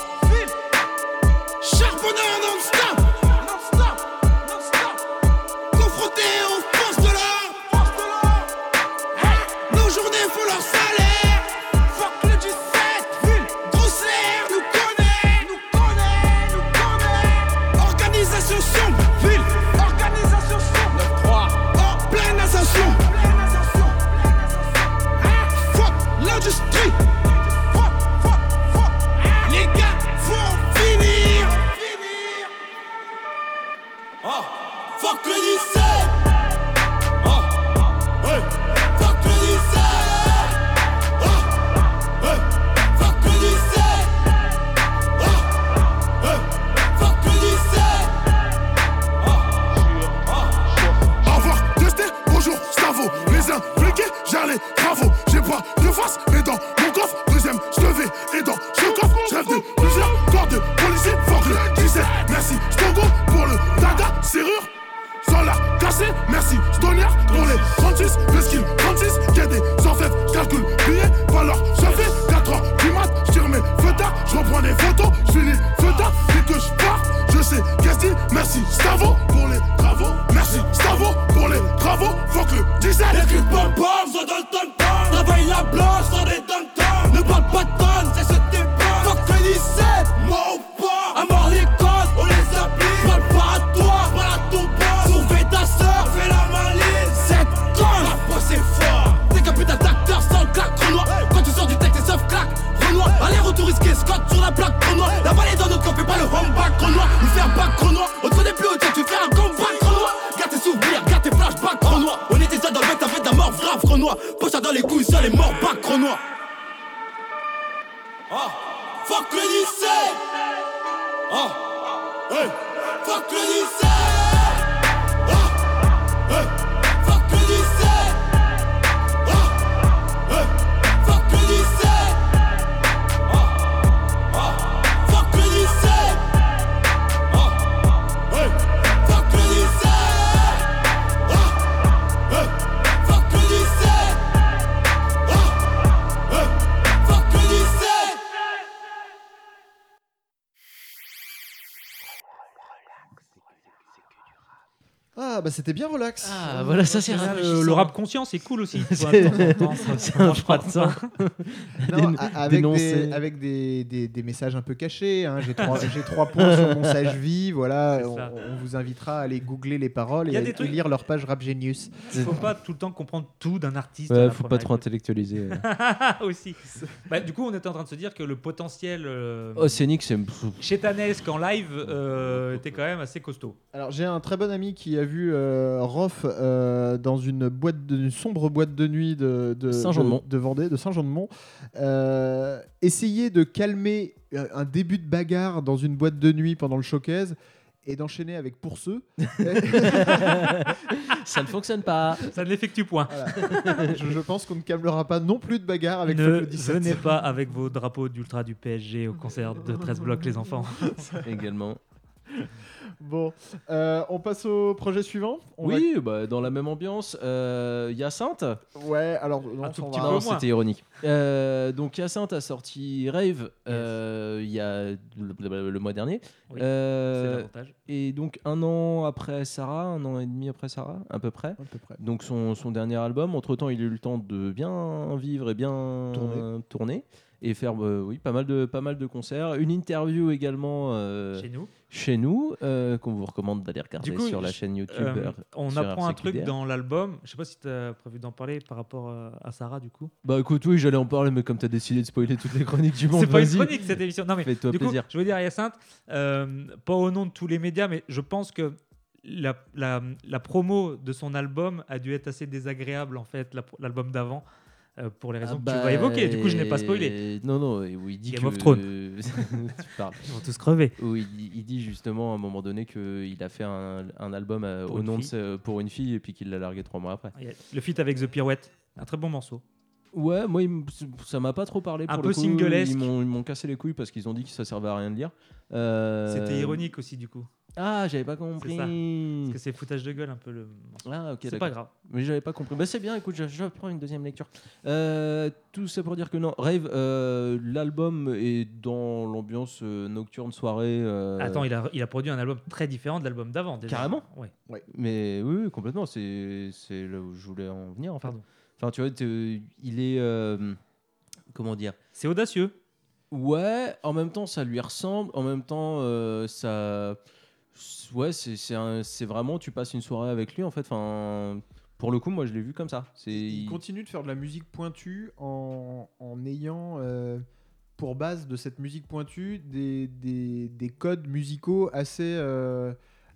Charbonneur non-stop, non-stop, non-stop. Confronté aux forces de l'ordre, nos journées font leur salaire. Fuck le dix-sept, ville, grossière, nous connaît, nous connaît, nous connaît. Organisation sombre, ville, organisation sombre. neuf trois, en pleine ascension. Fuck l'industrie. Fuck, fuck, fuck. Les gars vont finir. Oh, fuck le dix-sept. Oh, hey. Fuck le dix-sept. Oh, hey. Fuck le dix-sept. Oh, hey. Fuck le dix-sept. Oh, Avoir testé, bonjour, Stavo. Les impliqués, j'ai les travaux. J'ai pas de face, mais dans mon coffre, deuxième, j'levais. Et dans ce coffre, j'rêve de plusieurs corps de policiers. Fuck le dix-sept. Merci, Stongo, pour le taga, serrure. Sans la casser, merci, Stonier, pour les trente-six. Le skill trente-six, y'a des orfèvres, j'calcule billets. Valeur, ça fait quatre heures du mat. J'tire mes feutards, j'reprends des photos. J'finis feutards, dès que j'pars, je sais qu'est-ce dit. Merci, Stavo, pour les travaux. Merci, Stavo, pour les travaux. Fuck le dix-sept. les clips pom pom sont dans le ton-ton. Travaille la blanche dans des dom-toms. Ne parle pas de tonnes, c'est ce t'es pas. Fuck le dix-sept, moi ou pas. À mort les causes, on les applique. Parle pas à toi, parle à ton boss. Sauver ta sœur, fais la maline. Cette conne, la peau c'est fort. T'es qu'un putain d'acteur sans claque, Renoir. Quand tu sors du texte, t'es sauf claque, Renoir. Aller-retour risqué, Scott sur la plaque, Renoir. La balle est dans notre camp, fais pas le home-back, Renoir. Nous faire back, Renoir. On te connaît plus au tu fais un comeback, Renoir. Garde tes souvenirs, garde tes flashbacks, Renoir. On était ça dans le mec, t'as fait de la mort, grave, Renoir. Poche dans les couilles, ça les morts, back, Renoir. Oh, fuck le dix-sept. Oh, hey, fuck le dix-sept. Oh, hey, fuck le dix-sept. Oh, hey, fuck le dix-sept. Oh, oh, fuck le dix-sept. Oh, hey, fuck le dix-sept. Oh, hey, fuck le dix-sept. Oh, hey, fuck le dix-sept. Ah, bah c'était bien relax. Ah, voilà, ça, c'est Le, rafraîchissant. le rap conscient, c'est cool aussi. C'est- Ouais, de temps en temps, ça- C'est ça un mange pas de froid ça. Non, Dénon- a- avec dénoncer. des, avec des, des, des messages un peu cachés. Hein. J'ai, trois, j'ai trois points sur mon sage vie. Voilà, C'est on, ça. on vous invitera à aller googler les paroles Il et y a à des et trucs- lire leur page Rap Genius. Il faut pas tout le temps comprendre tout d'un artiste. à Ouais, la faut pas première trop écoute. intellectualiser. aussi. Bah, du coup, on était en train de se dire que le potentiel euh, Oh, scénique, c'est. chétanesque en live euh, était quand même assez costaud. Alors j'ai un très bon ami qui a vu euh, Rof euh, dans une boîte de, une sombre boîte de nuit de, de, Saint-Jean-de-Mont. de, de Vendée, de Saint-Jean-de-Mont, euh, essayer de calmer euh, un début de bagarre dans une boîte de nuit pendant le showcase et d'enchaîner avec Pour ceux. Ça ne fonctionne pas. Ça ne l'effectue point. Voilà. je, je pense qu'on ne calmera pas non plus de bagarre avec Ne Fuck le dix-sept. venez pas avec vos drapeaux d'ultra du P S G au concert de treize blocs les enfants. Également. Bon, euh, on passe au projet suivant. On va- Oui, bah, dans la même ambiance, euh, Hyacinthe. Ouais, alors non, Un tout on petit va- peu Non, moins. c'était ironique. Euh, donc Hyacinthe a sorti Rave euh, il y a le, le mois dernier. Oui, Euh, C'est l'avantage. et donc un an après Sarah, un an et demi après Sarah, à peu près. à peu près. Donc son, son dernier album. Entre-temps, il a eu le temps de bien vivre et bien Tourner. tourner et faire euh, oui, pas, mal de, pas mal de concerts. Une interview également euh, Chez nous. chez nous, euh, qu'on vous recommande d'aller regarder Du coup, sur la je- chaîne YouTube. Euh, euh, on sur apprend R C un truc Q D R. dans l'album. Je sais pas si tu as prévu d'en parler par rapport euh, à Sarah du coup. Bah écoute, oui, j'allais en parler, mais comme tu as décidé de spoiler toutes les chroniques du monde, C'est pas une vas-y. chronique cette émission. Non mais Fais-toi du coup, plaisir. je veux dire Hyacinthe, euh, pas au nom de tous les médias, mais je pense que la, la, la promo de son album a dû être assez désagréable en fait, la- l'album d'avant. euh, pour les raisons Ah que bah, tu vas évoquer. Du coup, je n'ai pas spoilé. Non, non, et où il dit Game que... of Thrones. tu parles. Ils vont tous crever. Où il, dit- il dit justement à un moment donné qu'il a fait un, un album euh, Pour au une nom de fille. ce- pour une fille et puis qu'il l'a largué trois mois après. Le feat avec The Pirouette, un très bon morceau. Ouais, moi il m- ça m'a pas trop parlé pour Un le peu coup. singlesque. Ils m'ont, ils m'ont cassé les couilles parce qu'ils ont dit que ça servait à rien de lire. Euh, C'était ironique aussi du coup. Ah, j'avais pas compris. Parce que c'est foutage de gueule un peu le morceau. Ah, ok, C'est d'accord. pas grave. Mais j'avais pas compris. Bah c'est bien, écoute, je, je prends une deuxième lecture. Euh, tout ça pour dire que non, Rave, euh, l'album est dans l'ambiance euh, nocturne, soirée. euh, Attends, il a, il a produit un album très différent de l'album d'avant déjà. Carrément. Ouais. Mais oui, oui, complètement, c'est, c'est là où je voulais en venir en fait. Pardon. Enfin, tu vois, t'es- il est. euh, comment dire C'est audacieux. Ouais, en même temps, ça lui ressemble. En même temps, euh, ça. Ouais, c'est, c'est, un- c'est vraiment. Tu passes une soirée avec lui en fait. Enfin. Pour le coup, moi, je l'ai vu comme ça. C'est... Il continue de faire de la musique pointue en, en ayant euh, pour base de cette musique pointue des, des, des codes musicaux assez, euh,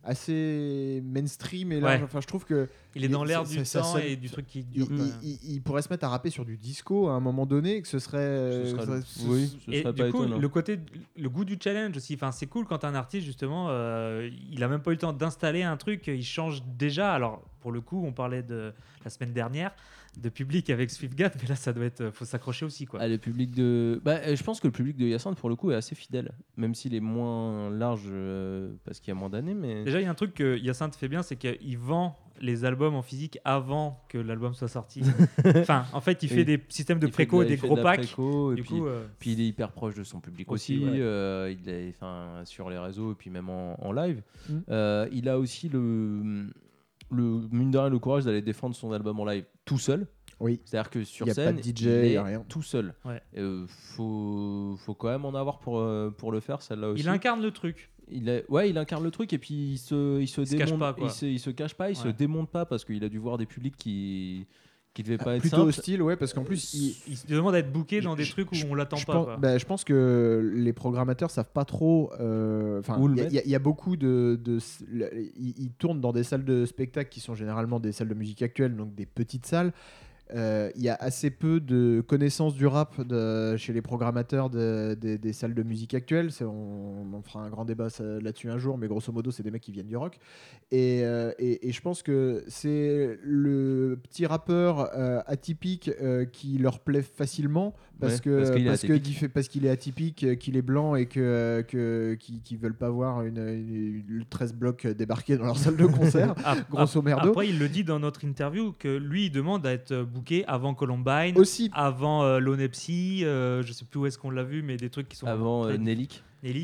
assez mainstream et large. Ouais. Enfin, je trouve que Il est Et dans l'air ça- du ça- temps ça- et du truc qui il, dure. il- pas. il- il pourrait se mettre à rapper sur du disco à un moment donné, que ce serait. euh, Ce serait le- ce- oui, ce Et serait du pas coup, étonnant. le côté, le goût du challenge aussi. Enfin, c'est cool quand un artiste justement, euh, il a même pas eu le temps d'installer un truc, il change déjà. Alors, pour le coup, on parlait de la semaine dernière de public avec Swiftgat, mais là, ça doit être, faut s'accrocher aussi, quoi. Ah, le public de. Bah, euh, je pense que le public de Hyacinthe, pour le coup, est assez fidèle. Même s'il est moins large euh, parce qu'il y a moins d'années. Mais... Déjà, il y a un truc que Hyacinthe fait bien, c'est qu'il vend les albums en physique avant que l'album soit sorti. Enfin, en fait, il Oui. fait des systèmes de Il fait préco la- et des il fait gros de la packs. préco, et Du puis, coup, euh, puis il est hyper proche de son public Aussi, aussi. ouais. euh, il est, enfin, sur les réseaux et puis même en, en live. Mm. Euh, il a aussi le, le mine de rien, le courage d'aller défendre son album en live tout seul. Oui. C'est-à-dire que sur Y a pas scène, de D J, il y est a rien. tout seul. Ouais. Euh, faut, faut quand même en avoir pour, euh, pour le faire, celle-là aussi. il incarne le truc. Il est- ouais, il incarne le truc et puis il se, il se, Il se cache démonte, pas, quoi. il se, il se cache pas, il se Ouais. démonte pas parce qu'il a dû voir des publics qui, qui devaient pas être Plutôt simples. hostile, ouais, parce qu'en plus, il, Il se demande à être booké dans des Je- trucs où je- on l'attend je pas. pense, quoi. bah, je pense que les programmateurs savent pas trop. euh, Enfin, Où le il y a- mettre. il y, a- il y a beaucoup de. de le- ils, ils tournent dans des salles de spectacle qui sont généralement des salles de musique actuelle, donc des petites salles. Euh, Il y a assez peu de connaissances du rap de- chez les programmateurs de- des- des salles de musique actuelles. C'est- On, on fera un grand débat ça- là-dessus un jour, mais grosso modo, c'est des mecs qui viennent du rock. Et, euh, et- et je pense que c'est le petit rappeur euh, atypique euh, qui leur plaît facilement parce Ouais, que parce qu'il est parce que atypique. d'y fait- parce qu'il est atypique, euh, qu'il est blanc et que euh, que qui qui veulent pas voir une, une- une treize blocs débarquer dans leur salle de concert. Ap- grosso ap- merdo. Après, il le dit dans notre interview que lui, il demande à être booké avant Columbine, Aussi, avant euh, l'Onepsy, euh, je sais plus où est-ce qu'on l'a vu, mais des trucs qui sont Avant très- euh, Nelik. Nelik.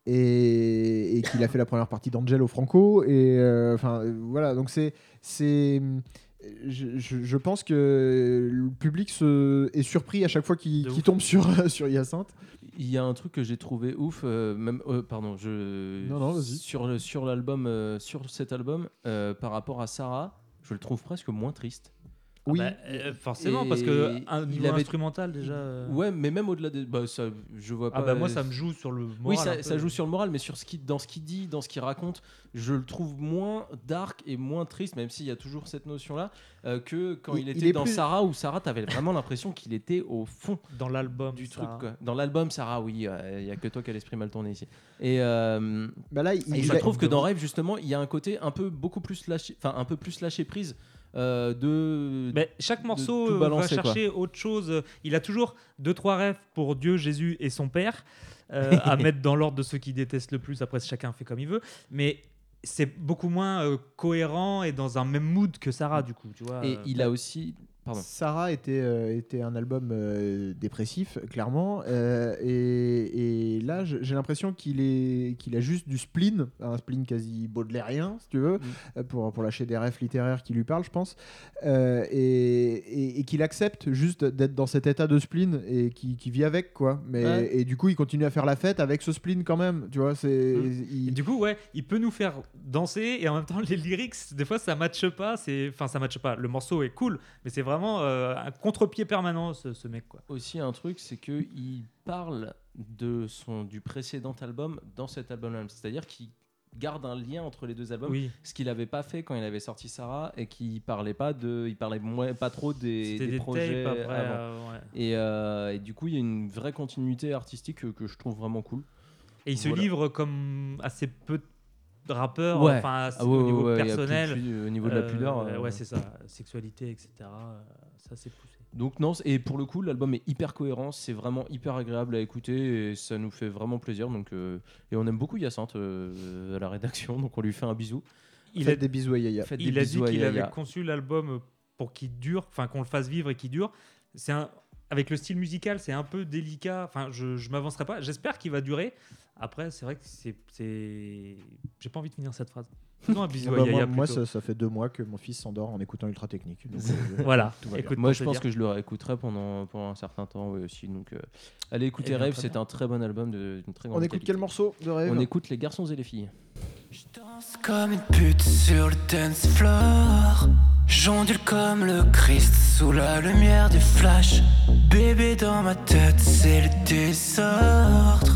et, et qu'il a fait la première partie d'Angelo Franco. Et enfin euh, voilà, donc c'est c'est Je, je, je pense que le public se, est surpris à chaque fois qu'il, qu'il tombe sur, sur Hyacinthe. Il y a un truc que j'ai trouvé ouf, euh, même, euh, pardon, je, non, non, vas-y. Sur, sur, l'album, euh, sur cet album, euh, par rapport à Sarah, je le trouve presque moins triste. Oui, ah bah, euh, forcément, et parce que un niveau avait... instrumental déjà. Euh... Ouais, mais même au-delà de, bah, ça, je vois pas. Ah bah moi, ça me joue sur le moral. Oui, ça, ça joue sur le moral, mais sur ce qui, dans ce qu'il dit, dans ce qu'il raconte, je le trouve moins dark et moins triste, même s'il y a toujours cette notion-là, euh, que quand il, il était il dans plus... Sarah, où Sarah, t'avais vraiment l'impression qu'il était au fond dans l'album du Sarah. truc. Quoi. Dans l'album Sarah, oui, il euh, y a que toi qui a l'esprit mal tourné ici. Et, euh, bah là, il, et il je a... trouve que dans Rêve, justement, il y a un côté un peu beaucoup plus lâché, enfin un peu plus lâché prise. Euh, de mais chaque morceau balancer, va chercher quoi. Autre chose. Il a toujours deux trois rêves pour Dieu, Jésus et son père euh, à mettre dans l'ordre de ceux qui détestent le plus. Après, chacun fait comme il veut, mais c'est beaucoup moins euh, cohérent et dans un même mood que Sarah, du coup, tu vois. Et euh, il a aussi Pardon. Sarah était, euh, était un album euh, dépressif, clairement. Euh, et, et là, j'ai l'impression qu'il, est, qu'il a juste du spleen, un spleen quasi baudelairien, si tu veux, mm. pour, pour lâcher des rêves littéraires qui lui parlent, je pense. Euh, et, et, et qu'il accepte juste d'être dans cet état de spleen et qui, qui vit avec, quoi. Mais, ouais. Et du coup, il continue à faire la fête avec ce spleen quand même. Tu vois, c'est, mm. il... Du coup, ouais, il peut nous faire danser et en même temps, les lyrics, des fois, ça matche pas. Enfin, ça matche pas. Le morceau est cool, mais c'est vraiment vraiment euh, un contre-pied permanent, ce, ce mec, quoi. Aussi, un truc, c'est qu'il parle de son, du précédent album dans cet album-là. C'est-à-dire qu'il garde un lien entre les deux albums, oui. ce qu'il n'avait pas fait quand il avait sorti Sarah et qu'il parlait pas de, il parlait moins, pas trop des, des, des projets tapes après, avant. Euh, ouais. Et, euh, et du coup, il y a une vraie continuité artistique que, que je trouve vraiment cool. Et il voilà. se livre comme assez peu de rappeurs, ouais. enfin ah, ouais, au niveau ouais, personnel, plus, au niveau de la pudeur. Euh, euh, ouais, c'est ça, sexualité, et cetera. Ça, c'est poussé. Donc non, et pour le coup, l'album est hyper cohérent, c'est vraiment hyper agréable à écouter et ça nous fait vraiment plaisir. Donc, euh, et on aime beaucoup Hyacinthe euh, à la rédaction, donc on lui fait un bisou. Il Faites a des bisous à Yaya. Faites il a dit qu'il avait conçu l'album pour qu'il dure, enfin qu'on le fasse vivre et qu'il dure. C'est un, avec le style musical, c'est un peu délicat. Enfin, je, je m'avancerai pas. J'espère qu'il va durer. Après, c'est vrai que c'est, c'est... j'ai pas envie de finir cette phrase. Non, un bisou ah bah à Yaya. Moi, moi ça, ça fait deux mois que mon fils s'endort en écoutant Ultra Technique. Donc, euh, voilà. Écoute, moi, je pense dire. que je le réécouterai pendant, pendant un certain temps oui, aussi. Donc, euh, allez écouter Rêve, c'est un très bon album de, d'une très grande On écoute qualité. Quel morceau de Rêve? On écoute Les Garçons et les Filles. Je danse comme une pute sur le dance floor. J'ondule comme le Christ sous la lumière du flash. Bébé dans ma tête, c'est le désordre.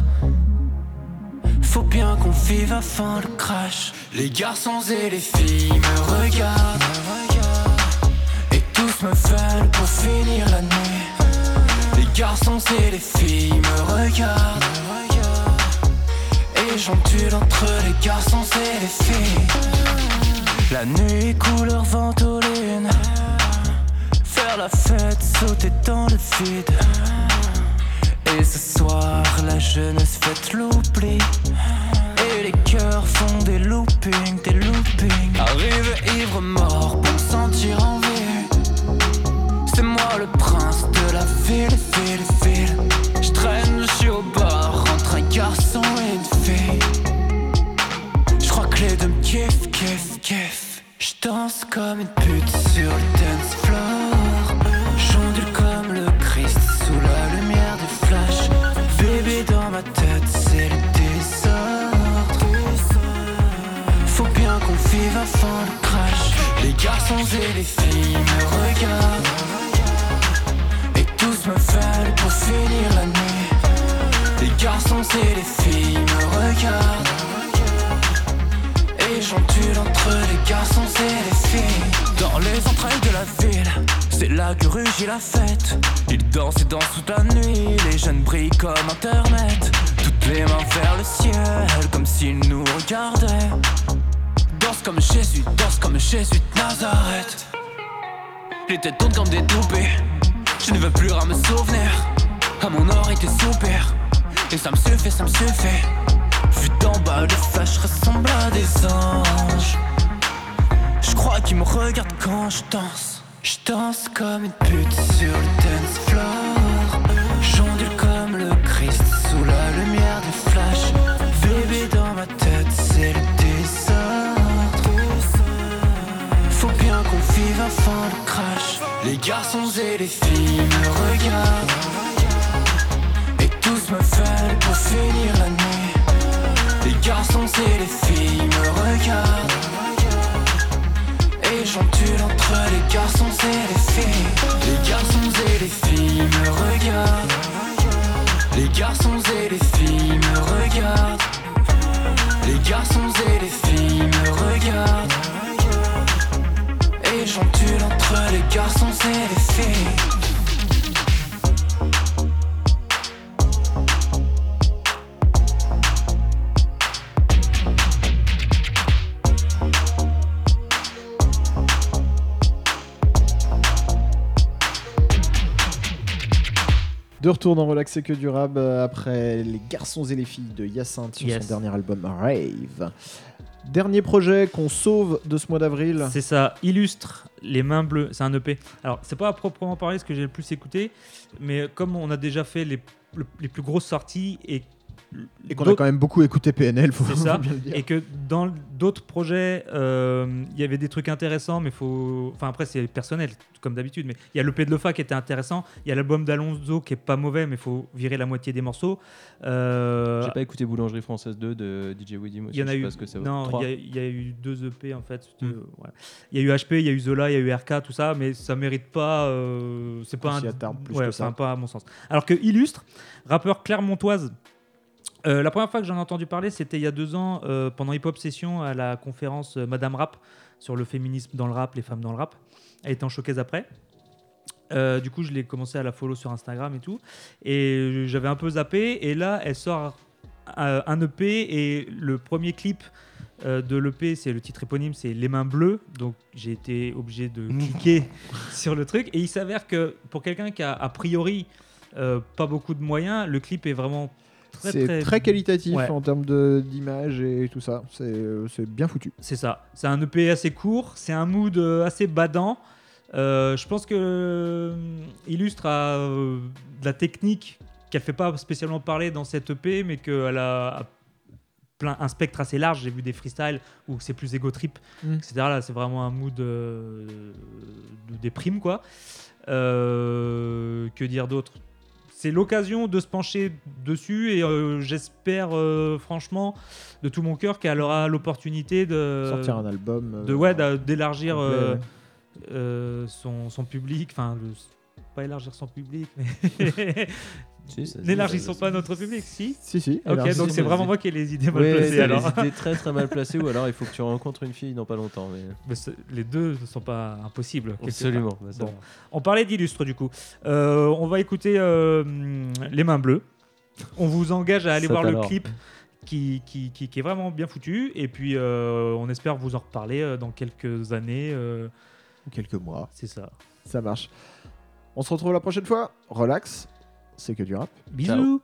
Faut bien qu'on vive avant le crash. Les garçons et les filles me regardent, me regardent et tous me veulent pour finir la nuit. Les garçons et les filles me regardent, me regardent et j'ondule entre les garçons et les filles. La nuit couleur ventoline, faire la fête, sauter dans le vide. Et ce soir la jeunesse fête l'oubli. Et les cœurs font des loopings, des loopings. Arrive ivre mort pour me sentir en vie. C'est moi le prince de la ville, ville, ville. Je traîne, je suis au bar entre un garçon et une fille. Je crois que les deux me kiffent, kiffent, kiffent. Je danse comme une pute sur le dance floor. J'ondule comme le Christ sous la lumière du flash. Bébé dans ma tête, c'est le désordre. Faut bien qu'on vive avant le crash. Les garçons et les filles me regardent et tous me veulent pour finir la nuit. Les garçons et les filles me regardent et j'ondule entre les garçons et les filles. Dans les entrailles de la ville, c'est là que rugit la fête. Ils dansent et dansent toute la nuit. Les jeunes brillent comme internet. Toutes les mains vers le ciel, comme s'ils nous regardaient. Danse comme Jésus, danse comme Jésus de Nazareth. Les têtes tournent comme des toupées. Je ne veux plus rien me souvenir. À mon or était soupir. Et ça me suffit, ça me suffit. Vu d'en bas, les flashs ressemblent à des anges. Je crois qu'ils me regardent quand je danse. Je danse comme une pute sur le dance floor. J'ondule comme le Christ sous la lumière du flash. garçons et les filles me regardent et tous me veulent pour finir la nuit. Les garçons et les filles me regardent et j'ondule entre les garçons et les filles. Les garçons et les filles me regardent. Les garçons et les filles me regardent. Les garçons et les filles me regardent et j'ondule entre les garçons et les filles. De retour dans Relax, c'est que du rap euh, après les garçons et les filles de Hyacinthe sur Yes. son dernier album Rave. Dernier projet qu'on sauve de ce mois d'avril. C'est ça, Illustre, Les Mains Bleues, c'est un E P. Alors, c'est pas à proprement parler ce que j'ai le plus écouté, mais comme on a déjà fait les, le- les plus grosses sorties et Et qu'on a d'autres- quand même beaucoup écouté P N L, faut C'est ça. bien le dire. Et que dans d'autres projets, euh, il y avait des trucs intéressants, mais faut. Enfin, après, c'est personnel, comme d'habitude. Mais il y a l'E P de Lofa qui était intéressant. Il y a l'album d'Alonso qui est pas mauvais, mais il faut virer la moitié des morceaux. Euh, J'ai pas écouté Boulangerie Française deux de D J Widdy. Il y en a je sais eu. pas ce que ça vaut. Non, Trois. il y, a- il y a eu deux E P en fait. C'était- Mm. ouais. Il y a eu H P, il y a eu Zola, il y a eu R K, tout ça, mais ça mérite pas. euh, c'est pas On un. s'y attarde plus ouais, que ça. enfin, pas à mon sens. Alors que Illustre, rappeur clermontoise. Euh, la première fois que j'en ai entendu parler, c'était il y a deux ans, euh, pendant Hip Hop Session, à la conférence euh, Madame Rap, sur le féminisme dans le rap, les femmes dans le rap. Elle était en showcase après. Euh, du coup, je l'ai commencé à la follow sur Instagram et tout. Et j'avais un peu zappé. Et là, elle sort euh, un E P. Et le premier clip euh, de l'E P, c'est le titre éponyme, c'est Les Mains Bleues. Donc, j'ai été obligé de cliquer sur le truc. Et il s'avère que pour quelqu'un qui a a priori euh, pas beaucoup de moyens, le clip est vraiment très, C'est très, très qualitatif Ouais. en termes de- d'image et tout ça. C'est euh, c'est bien foutu. C'est ça. C'est un E P assez court, c'est un mood euh, assez badant. Euh, je pense que euh, Illustre a euh, de la technique qu'elle fait pas spécialement parler dans cette E P, mais qu'elle a, a plein, un spectre assez large. J'ai vu des freestyles où c'est plus ego trip, Mm. et cetera. Là, c'est vraiment un mood euh, de déprime, quoi. Euh, que dire d'autre? C'est l'occasion de se pencher dessus et euh, j'espère euh, franchement de tout mon cœur qu'elle aura l'opportunité de Sortir un album. euh, de ouais d'a- d'élargir complet, euh, ouais. euh, son, son public, enfin le- pas élargir son public, mais Si, ça- n'élargissons ça- pas notre public, si. Si, si. Ok, élargi. donc c'est vas-y. vraiment moi qui ai les idées mal Ouais, placées t'as alors. les idées très très mal placées ou alors il faut que tu rencontres une fille dans pas longtemps. Mais... Mais c'est- les deux ne sont pas impossibles. quelque Absolument. part. bah, ça Bon. va. On parlait d'illustre du coup. Euh, on va écouter euh, Les Mains Bleues. On vous engage à aller Ça voir le alors. clip qui, qui, qui, qui est vraiment bien foutu. Et puis euh, on espère vous en reparler euh, dans quelques années. euh, Quelques mois. c'est ça. Ça marche. On se retrouve la prochaine fois. Relax. C'est que du rap. Bisous.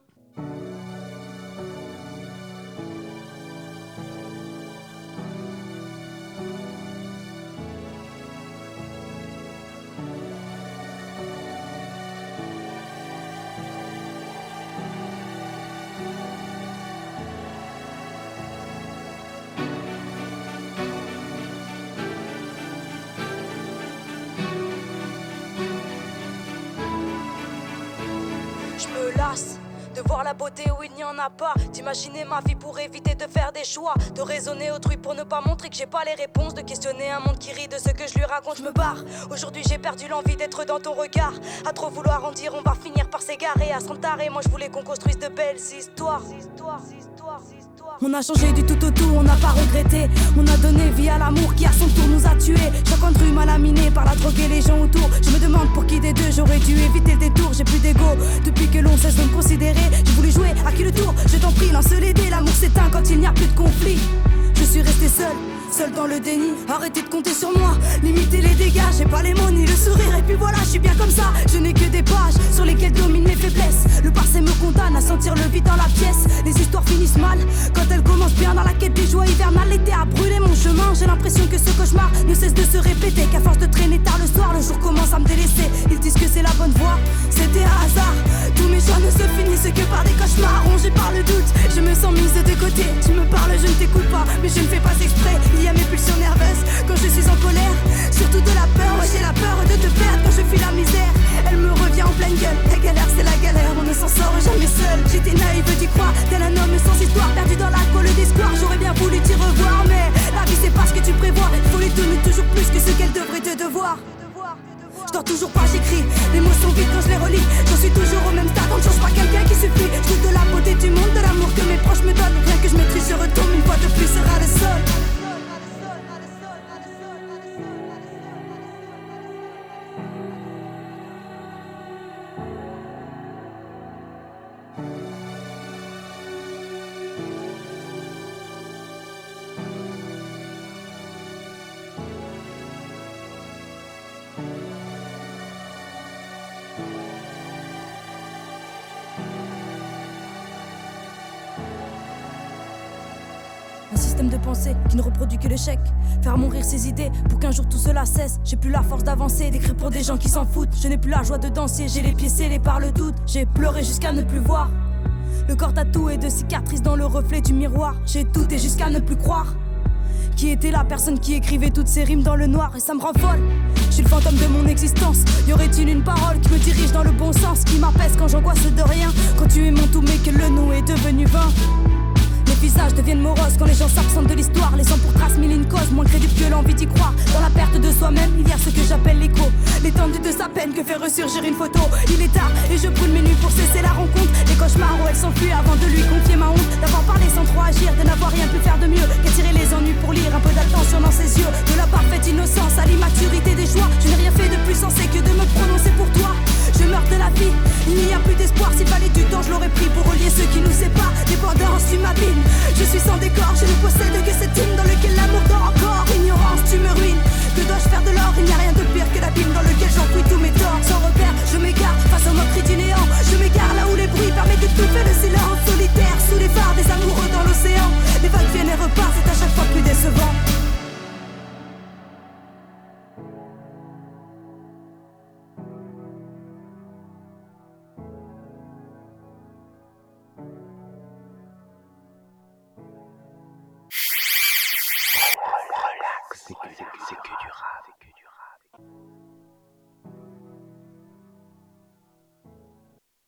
Je me lasse de voir la beauté où il n'y en a pas, d'imaginer ma vie pour éviter de faire des choix, de raisonner autrui pour ne pas montrer que j'ai pas les réponses, de questionner un monde qui rit de ce que je lui raconte. Je me barre, aujourd'hui j'ai perdu l'envie d'être dans ton regard, à trop vouloir en dire on va finir par s'égarer, à s'entarer. Moi je voulais qu'on construise de belles histoires. Histoires, histoires, histoires. On a changé du tout au tout, on n'a pas regretté. On a donné vie à l'amour qui à son tour nous a tués. Chaque rue mal aminé par la drogue et les gens autour. Je me demande pour qui des deux j'aurais dû éviter le détour. J'ai plus d'ego depuis que l'on cesse de me considérer. J'ai voulu jouer à qui le tour, je t'en prie, lance les dés. L'amour s'éteint quand il n'y a plus de conflit. Je suis resté seul, seul dans le déni. Arrêtez de compter sur moi, limitez les dégâts. J'ai pas les mots ni le sourire et puis voilà, je suis bien comme ça. Je n'ai que des pages sur lesquelles dominent mes faiblesses. Le passé me condamne à sentir le vide dans la pièce. Les histoires finissent mal quand elles commencent bien. Dans la quête des joies hivernales, l'été a brûlé mon chemin. J'ai l'impression que ce cauchemar ne cesse de se répéter, qu'à force de traîner tard le soir, le jour commence à me délaisser. Ils disent que c'est la bonne voie, c'était un hasard. Tous mes joies ne se finissent que par des cauchemars rongés par le doute. Je me sens mise de côté, tu me parles, je ne t'écoute pas, mais je ne fais pas exprès. Il y a mes pulsions nerveuses quand je suis en colère, surtout de la peur, ouais j'ai la peur de te perdre quand je fuis la misère. Elle me revient en pleine gueule, la galère c'est la galère, on ne s'en sort jamais seul. J'étais naïve d'y croire, tel un homme sans histoire, perdu dans l'alcool d'espoir. J'aurais bien voulu t'y revoir, mais la vie c'est pas ce que tu prévois. Il faut lui donner toujours plus que ce qu'elle devrait te devoir. Je dors toujours pas, j'écris, les mots sont vides quand je les relis. J'en suis toujours au même stade, on ne change pas quelqu'un qui suffit. Je doute de la beauté du monde, de l'amour que mes proches me donnent. Rien que je maîtrise, je retombe une fois de plus, sera le sol. Un système de pensée qui ne reproduit que l'échec. Faire mourir ses idées pour qu'un jour tout cela cesse. J'ai plus la force d'avancer, d'écrire pour des gens qui s'en foutent. Je n'ai plus la joie de danser, j'ai les pieds scellés par le doute. J'ai pleuré jusqu'à ne plus voir. Le corps tatoué de cicatrices dans le reflet du miroir. J'ai douté jusqu'à ne plus croire. Qui était la personne qui écrivait toutes ces rimes dans le noir? Et ça me rend folle. Je suis le fantôme de mon existence. Y aurait-il une parole qui me dirige dans le bon sens, qui m'apaise quand j'angoisse de rien? Quand tu es mon tout mais que le nous est devenu vain. Les visages deviennent moroses quand les gens s'absentent de l'histoire, laissant pour trace mille une cause, moins crédible que l'envie d'y croire. Dans la perte de soi-même, il y a ce que j'appelle l'écho, l'étendue de sa peine que fait ressurgir une photo. Il est tard et je brûle mes nuits pour cesser la rencontre. Les cauchemars où elle s'enfuit avant de lui confier ma honte, d'avoir parlé sans trop agir, de n'avoir rien pu faire de mieux qu'attirer les ennuis pour lire un peu d'attention dans ses yeux. De la parfaite innocence à l'immaturité des choix, je n'ai rien fait de plus sensé que de me prononcer pour toi.